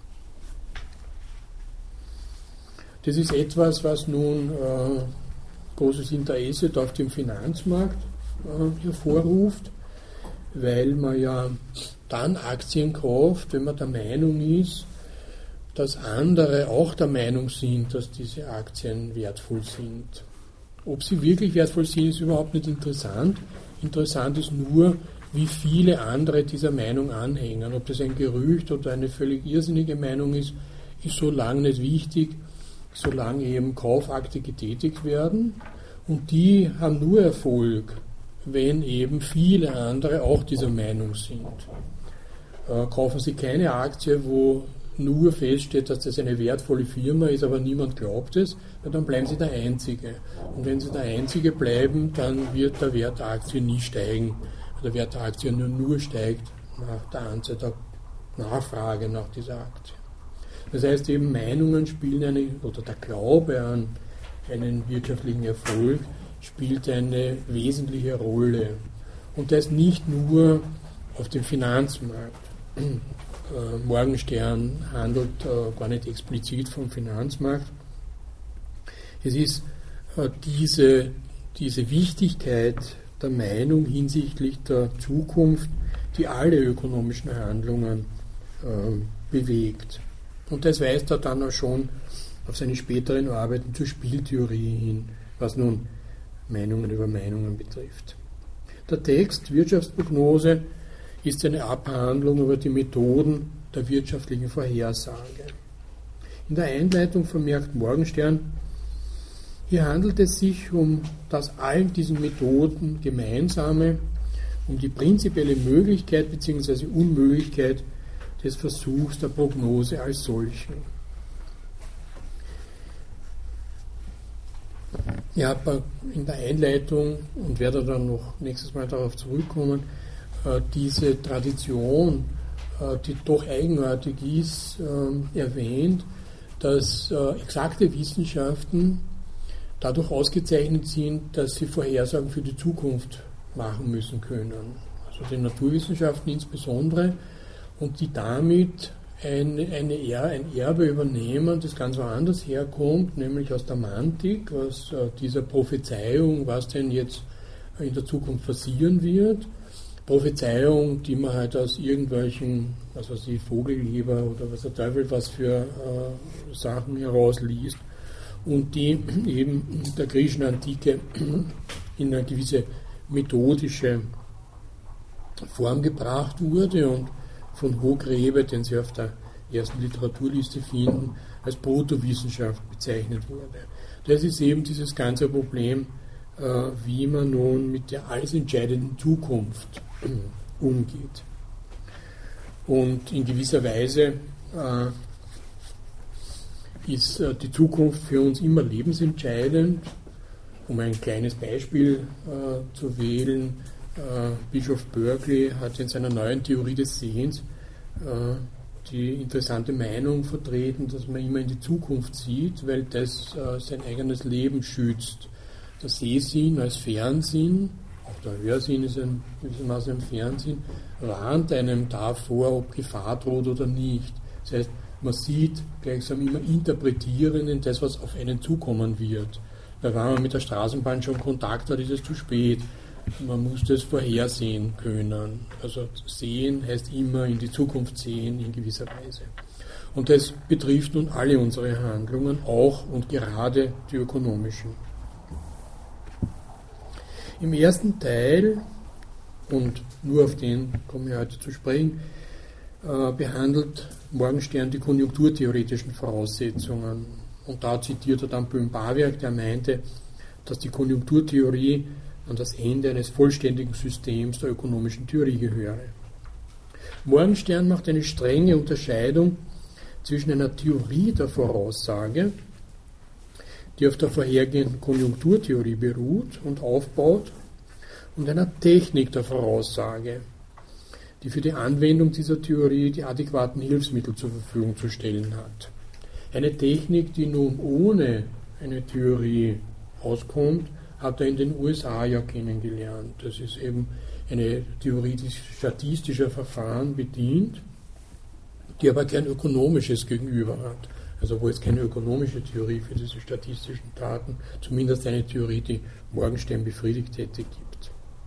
Das ist etwas, was nun äh, großes Interesse auf dem Finanzmarkt äh, hervorruft, weil man ja dann Aktien kauft, wenn man der Meinung ist, dass andere auch der Meinung sind, dass diese Aktien wertvoll sind. Ob sie wirklich wertvoll sind, ist überhaupt nicht interessant. Interessant ist nur, wie viele andere dieser Meinung anhängen. Ob das ein Gerücht oder eine völlig irrsinnige Meinung ist, ist so lange nicht wichtig, solange eben Kaufakte getätigt werden. Und die haben nur Erfolg, wenn eben viele andere auch dieser Meinung sind. Äh, kaufen Sie keine Aktie, wo nur feststeht, dass das eine wertvolle Firma ist, aber niemand glaubt es, dann bleiben Sie der Einzige. Und wenn Sie der Einzige bleiben, dann wird der Wert der Aktie nie steigen. Der Wert der Aktie nur, nur steigt nach der Anzahl der Nachfrage nach dieser Aktie. Das heißt eben, Meinungen spielen eine, oder der Glaube an einen wirtschaftlichen Erfolg spielt eine wesentliche Rolle. Und das nicht nur auf dem Finanzmarkt. Morgenstern handelt äh, gar nicht explizit vom Finanzmarkt. Es ist äh, diese, diese Wichtigkeit der Meinung hinsichtlich der Zukunft, die alle ökonomischen Handlungen äh, bewegt. Und das weist er dann auch schon auf seine späteren Arbeiten zur Spieltheorie hin, was nun Meinungen über Meinungen betrifft. Der Text Wirtschaftsprognose ist eine Abhandlung über die Methoden der wirtschaftlichen Vorhersage. In der Einleitung vermerkt Morgenstern, hier handelt es sich um das allen diesen Methoden gemeinsame, um die prinzipielle Möglichkeit bzw. Unmöglichkeit des Versuchs der Prognose als solchen. Ich habe in der Einleitung, und werde dann noch nächstes Mal darauf zurückkommen, diese Tradition, die doch eigenartig ist, erwähnt, dass exakte Wissenschaften dadurch ausgezeichnet sind, dass sie Vorhersagen für die Zukunft machen müssen können. Also die Naturwissenschaften insbesondere, und die damit eine, eine er, ein Erbe übernehmen, das ganz woanders herkommt, nämlich aus der Mantik, aus dieser Prophezeiung, was denn jetzt in der Zukunft passieren wird. Prophezeiung, die man halt aus irgendwelchen, was weiß ich, Vogelgeber oder was der Teufel was für äh, Sachen herausliest, und die eben der griechischen Antike in eine gewisse methodische Form gebracht wurde und von Hochgräbe, den Sie auf der ersten Literaturliste finden, als Protowissenschaft bezeichnet wurde. Das ist eben dieses ganze Problem, äh, wie man nun mit der alles entscheidenden Zukunft äh, umgeht. Und in gewisser Weise äh, ist äh, die Zukunft für uns immer lebensentscheidend. Um ein kleines Beispiel äh, zu wählen, äh, Bischof Berkeley hat in seiner neuen Theorie des Sehens äh, die interessante Meinung vertreten, dass man immer in die Zukunft sieht, weil das äh, sein eigenes Leben schützt. Der Sehsinn als Fernsinn, auch der Hörsinn ist ein, gewissermaßen ein Fernsinn, warnt einem davor, ob Gefahr droht oder nicht. Das heißt, man sieht gleichsam immer interpretierend in das, was auf einen zukommen wird. Weil wenn man mit der Straßenbahn schon Kontakt hat, ist es zu spät. Man muss das vorhersehen können. Also sehen heißt immer in die Zukunft sehen in gewisser Weise. Und das betrifft nun alle unsere Handlungen, auch und gerade die ökonomischen. Im ersten Teil, und nur auf den komme ich heute zu sprechen, äh, behandelt Morgenstern die konjunkturtheoretischen Voraussetzungen. Und da zitiert er dann Böhm-Bawerk, der meinte, dass die Konjunkturtheorie an das Ende eines vollständigen Systems der ökonomischen Theorie gehöre. Morgenstern macht eine strenge Unterscheidung zwischen einer Theorie der Voraussage, die auf der vorhergehenden Konjunkturtheorie beruht und aufbaut, und einer Technik der Voraussage, die für die Anwendung dieser Theorie die adäquaten Hilfsmittel zur Verfügung zu stellen hat. Eine Technik, die nun ohne eine Theorie auskommt, hat er in den U S A ja kennengelernt. Das ist eben eine Theorie, die statistischer Verfahren bedient, die aber kein ökonomisches Gegenüber hat. Also wo es keine ökonomische Theorie für diese statistischen Daten, zumindest eine Theorie, die Morgenstern befriedigt hätte, gibt.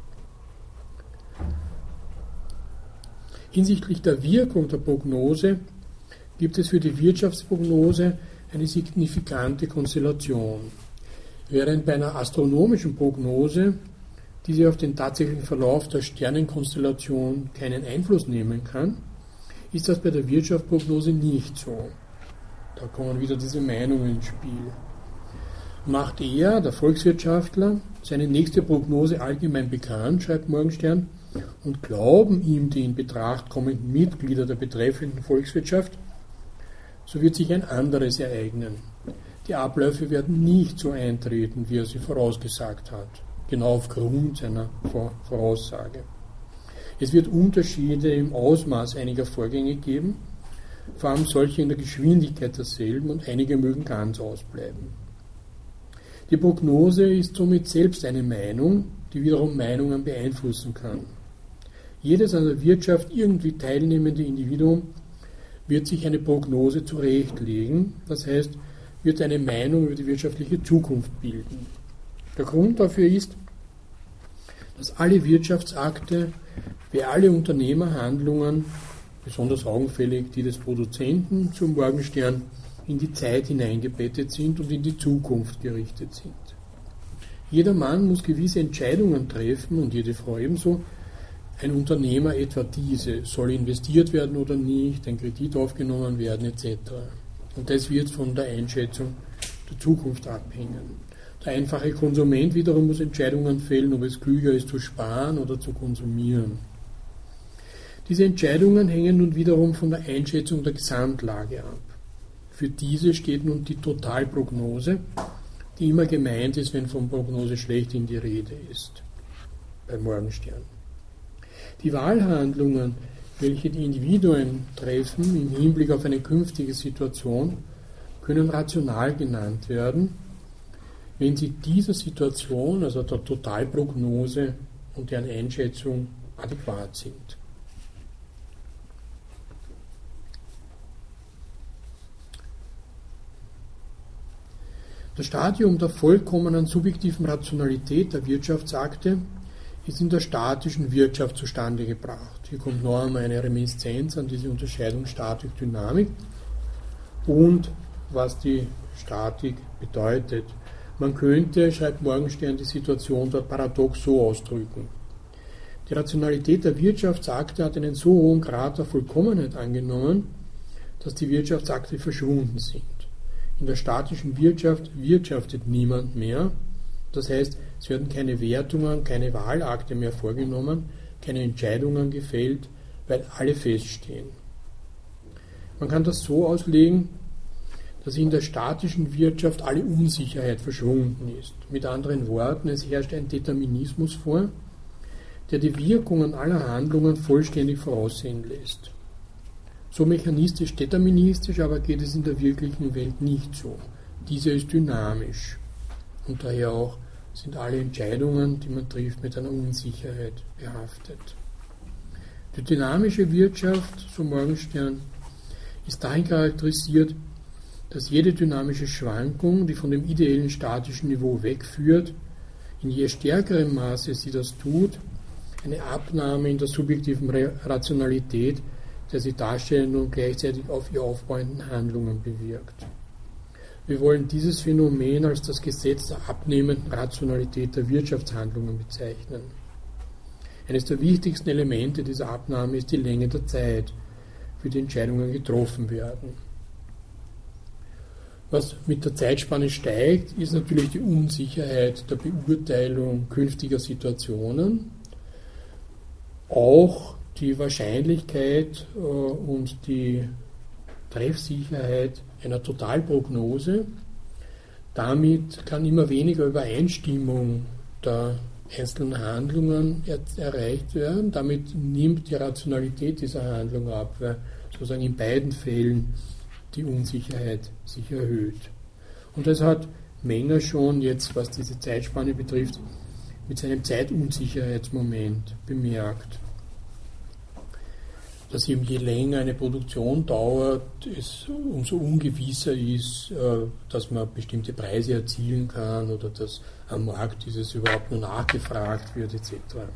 Hinsichtlich der Wirkung der Prognose gibt es für die Wirtschaftsprognose eine signifikante Konstellation. Während bei einer astronomischen Prognose diese auf den tatsächlichen Verlauf der Sternenkonstellation keinen Einfluss nehmen kann, ist das bei der Wirtschaftsprognose nicht so. Da kommen wieder diese Meinungen ins Spiel. Macht er, der Volkswirtschaftler, seine nächste Prognose allgemein bekannt, schreibt Morgenstern, und glauben ihm die in Betracht kommenden Mitglieder der betreffenden Volkswirtschaft, so wird sich ein anderes ereignen. Die Abläufe werden nicht so eintreten, wie er sie vorausgesagt hat, genau aufgrund seiner Voraussage. Es wird Unterschiede im Ausmaß einiger Vorgänge geben, vor allem solche in der Geschwindigkeit derselben, und einige mögen ganz ausbleiben. Die Prognose ist somit selbst eine Meinung, die wiederum Meinungen beeinflussen kann. Jedes an der Wirtschaft irgendwie teilnehmende Individuum wird sich eine Prognose zurechtlegen, das heißt, wird eine Meinung über die wirtschaftliche Zukunft bilden. Der Grund dafür ist, dass alle Wirtschaftsakte, wie alle Unternehmerhandlungen, besonders augenfällig die des Produzenten zum Morgenstern, in die Zeit hineingebettet sind und in die Zukunft gerichtet sind. Jeder Mann muss gewisse Entscheidungen treffen und jede Frau ebenso. Ein Unternehmer etwa diese, soll investiert werden oder nicht, ein Kredit aufgenommen werden et cetera. Und das wird von der Einschätzung der Zukunft abhängen. Der einfache Konsument wiederum muss Entscheidungen fällen, ob es klüger ist zu sparen oder zu konsumieren. Diese Entscheidungen hängen nun wiederum von der Einschätzung der Gesamtlage ab. Für diese steht nun die Totalprognose, die immer gemeint ist, wenn von Prognose schlechthin die Rede ist, bei Morgenstern. Die Wahlhandlungen, welche die Individuen treffen im Hinblick auf eine künftige Situation, können rational genannt werden, wenn sie dieser Situation, also der Totalprognose und deren Einschätzung, adäquat sind. Das Stadium der vollkommenen subjektiven Rationalität der Wirtschaftsakte ist in der statischen Wirtschaft zustande gebracht. Hier kommt noch einmal eine Reminiszenz an diese Unterscheidung Statik-Dynamik und was die Statik bedeutet. Man könnte, schreibt Morgenstern, die Situation dort paradox so ausdrücken. Die Rationalität der Wirtschaftsakte hat einen so hohen Grad der Vollkommenheit angenommen, dass die Wirtschaftsakte verschwunden sind. In der statischen Wirtschaft wirtschaftet niemand mehr. Das heißt, es werden keine Wertungen, keine Wahlakte mehr vorgenommen, keine Entscheidungen gefällt, weil alle feststehen. Man kann das so auslegen, dass in der statischen Wirtschaft alle Unsicherheit verschwunden ist. Mit anderen Worten, es herrscht ein Determinismus vor, der die Wirkungen aller Handlungen vollständig voraussehen lässt. So mechanistisch deterministisch aber geht es in der wirklichen Welt nicht so. Diese ist dynamisch und daher auch sind alle Entscheidungen, die man trifft, mit einer Unsicherheit behaftet. Die dynamische Wirtschaft, so Morgenstern, ist dahin charakterisiert, dass jede dynamische Schwankung, die von dem ideellen statischen Niveau wegführt, in je stärkerem Maße sie das tut, eine Abnahme in der subjektiven Rationalität der sie darstellenden und gleichzeitig auf ihr aufbauenden Handlungen bewirkt. Wir wollen dieses Phänomen als das Gesetz der abnehmenden Rationalität der Wirtschaftshandlungen bezeichnen. Eines der wichtigsten Elemente dieser Abnahme ist die Länge der Zeit, für die Entscheidungen getroffen werden. Was mit der Zeitspanne steigt, ist natürlich die Unsicherheit der Beurteilung künftiger Situationen, auch die Wahrscheinlichkeit äh, und die Treffsicherheit einer Totalprognose. Damit kann immer weniger Übereinstimmung der einzelnen Handlungen er, erreicht werden. Damit nimmt die Rationalität dieser Handlung ab, weil sozusagen in beiden Fällen die Unsicherheit sich erhöht. Und das hat Menger schon jetzt, was diese Zeitspanne betrifft, mit seinem Zeitunsicherheitsmoment bemerkt. Dass eben je länger eine Produktion dauert, es umso ungewisser ist, dass man bestimmte Preise erzielen kann oder dass am Markt dieses überhaupt nur nachgefragt wird et cetera.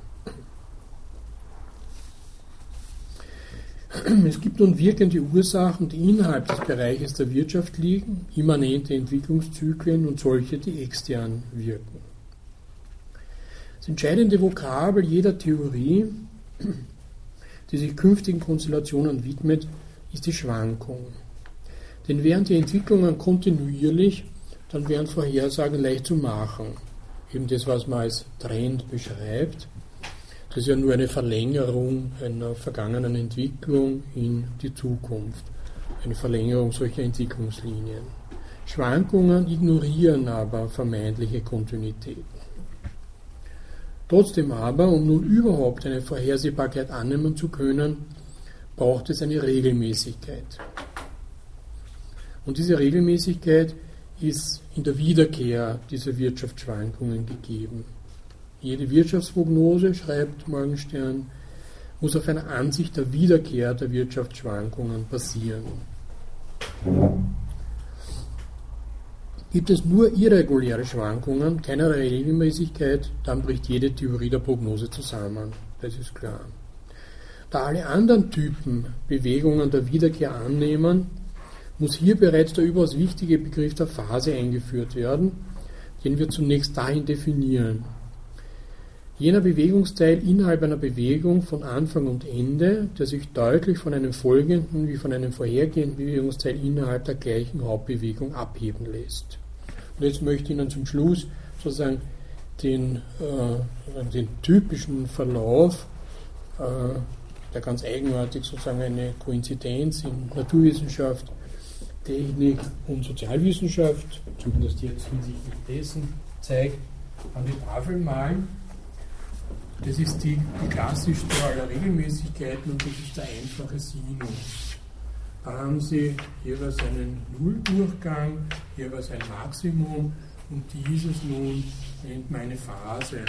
Es gibt nun wirkende Ursachen, die innerhalb des Bereiches der Wirtschaft liegen, immanente Entwicklungszyklen und solche, die extern wirken. Das entscheidende Vokabel jeder Theorie, die sich künftigen Konstellationen widmet, ist die Schwankung. Denn während die Entwicklungen kontinuierlich, dann wären Vorhersagen leicht zu machen. Eben das, was man als Trend beschreibt, das ist ja nur eine Verlängerung einer vergangenen Entwicklung in die Zukunft. Eine Verlängerung solcher Entwicklungslinien. Schwankungen ignorieren aber vermeintliche Kontinuitäten. Trotzdem aber, um nun überhaupt eine Vorhersehbarkeit annehmen zu können, braucht es eine Regelmäßigkeit. Und diese Regelmäßigkeit ist in der Wiederkehr dieser Wirtschaftsschwankungen gegeben. Jede Wirtschaftsprognose, schreibt Morgenstern, muss auf einer Ansicht der Wiederkehr der Wirtschaftsschwankungen basieren. Gibt es nur irreguläre Schwankungen, keine Regelmäßigkeit, dann bricht jede Theorie der Prognose zusammen. Das ist klar. Da alle anderen Typen Bewegungen der Wiederkehr annehmen, muss hier bereits der überaus wichtige Begriff der Phase eingeführt werden, den wir zunächst dahin definieren. Jener Bewegungsteil innerhalb einer Bewegung von Anfang und Ende, der sich deutlich von einem folgenden wie von einem vorhergehenden Bewegungsteil innerhalb der gleichen Hauptbewegung abheben lässt. Und jetzt möchte ich Ihnen zum Schluss sozusagen den, äh, den typischen Verlauf, äh, der ganz eigenartig sozusagen eine Koinzidenz in Naturwissenschaft, Technik und Sozialwissenschaft, zumindest jetzt hinsichtlich dessen zeigt, an die Tafel malen. Das ist die, die klassischste aller Regelmäßigkeiten und das ist der einfache Sinus. Da haben Sie jeweils einen Nulldurchgang, jeweils ein Maximum und dieses nun nennt man eine Phase.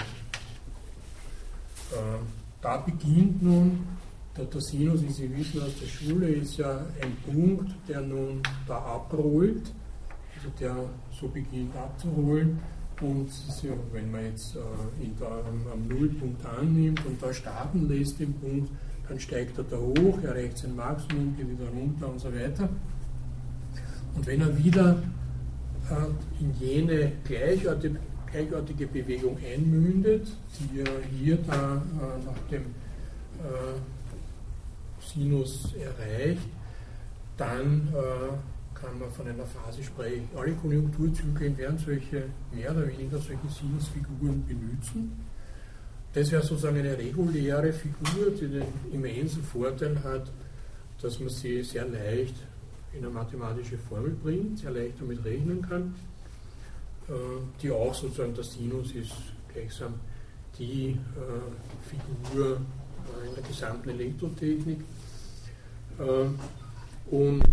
Äh, da beginnt nun, der, der Sinus, wie Sie wissen aus der Schule, ist ja ein Punkt, der nun da abrollt, also der so beginnt abzurollen. Und ja, wenn man jetzt äh, ihn da am, am Nullpunkt annimmt und da starten lässt den Punkt, dann steigt er da hoch, erreicht sein Maximum, geht wieder runter und so weiter. Und wenn er wieder äh, in jene gleichartige, gleichartige Bewegung einmündet, die er hier da äh, nach dem äh, Sinus erreicht, dann äh, kann man von einer Phase sprechen. Alle Konjunkturzyklen werden solche, mehr oder weniger solche Sinusfiguren benutzen. Das wäre sozusagen eine reguläre Figur, die den immensen Vorteil hat, dass man sie sehr leicht in eine mathematische Formel bringt, sehr leicht damit rechnen kann, die auch sozusagen der Sinus ist gleichsam die Figur in der gesamten Elektrotechnik. Und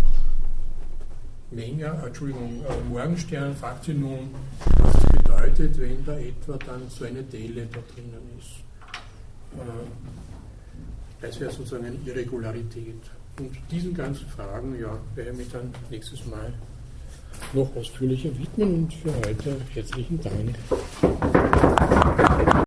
Menger, Entschuldigung, äh, Morgenstern fragt Sie nun, was es bedeutet, wenn da etwa dann so eine Delle da drinnen ist. Äh, das wäre sozusagen eine Irregularität. Und diesen ganzen Fragen, ja, werde ich mich dann nächstes Mal noch ausführlicher widmen und für heute herzlichen Dank.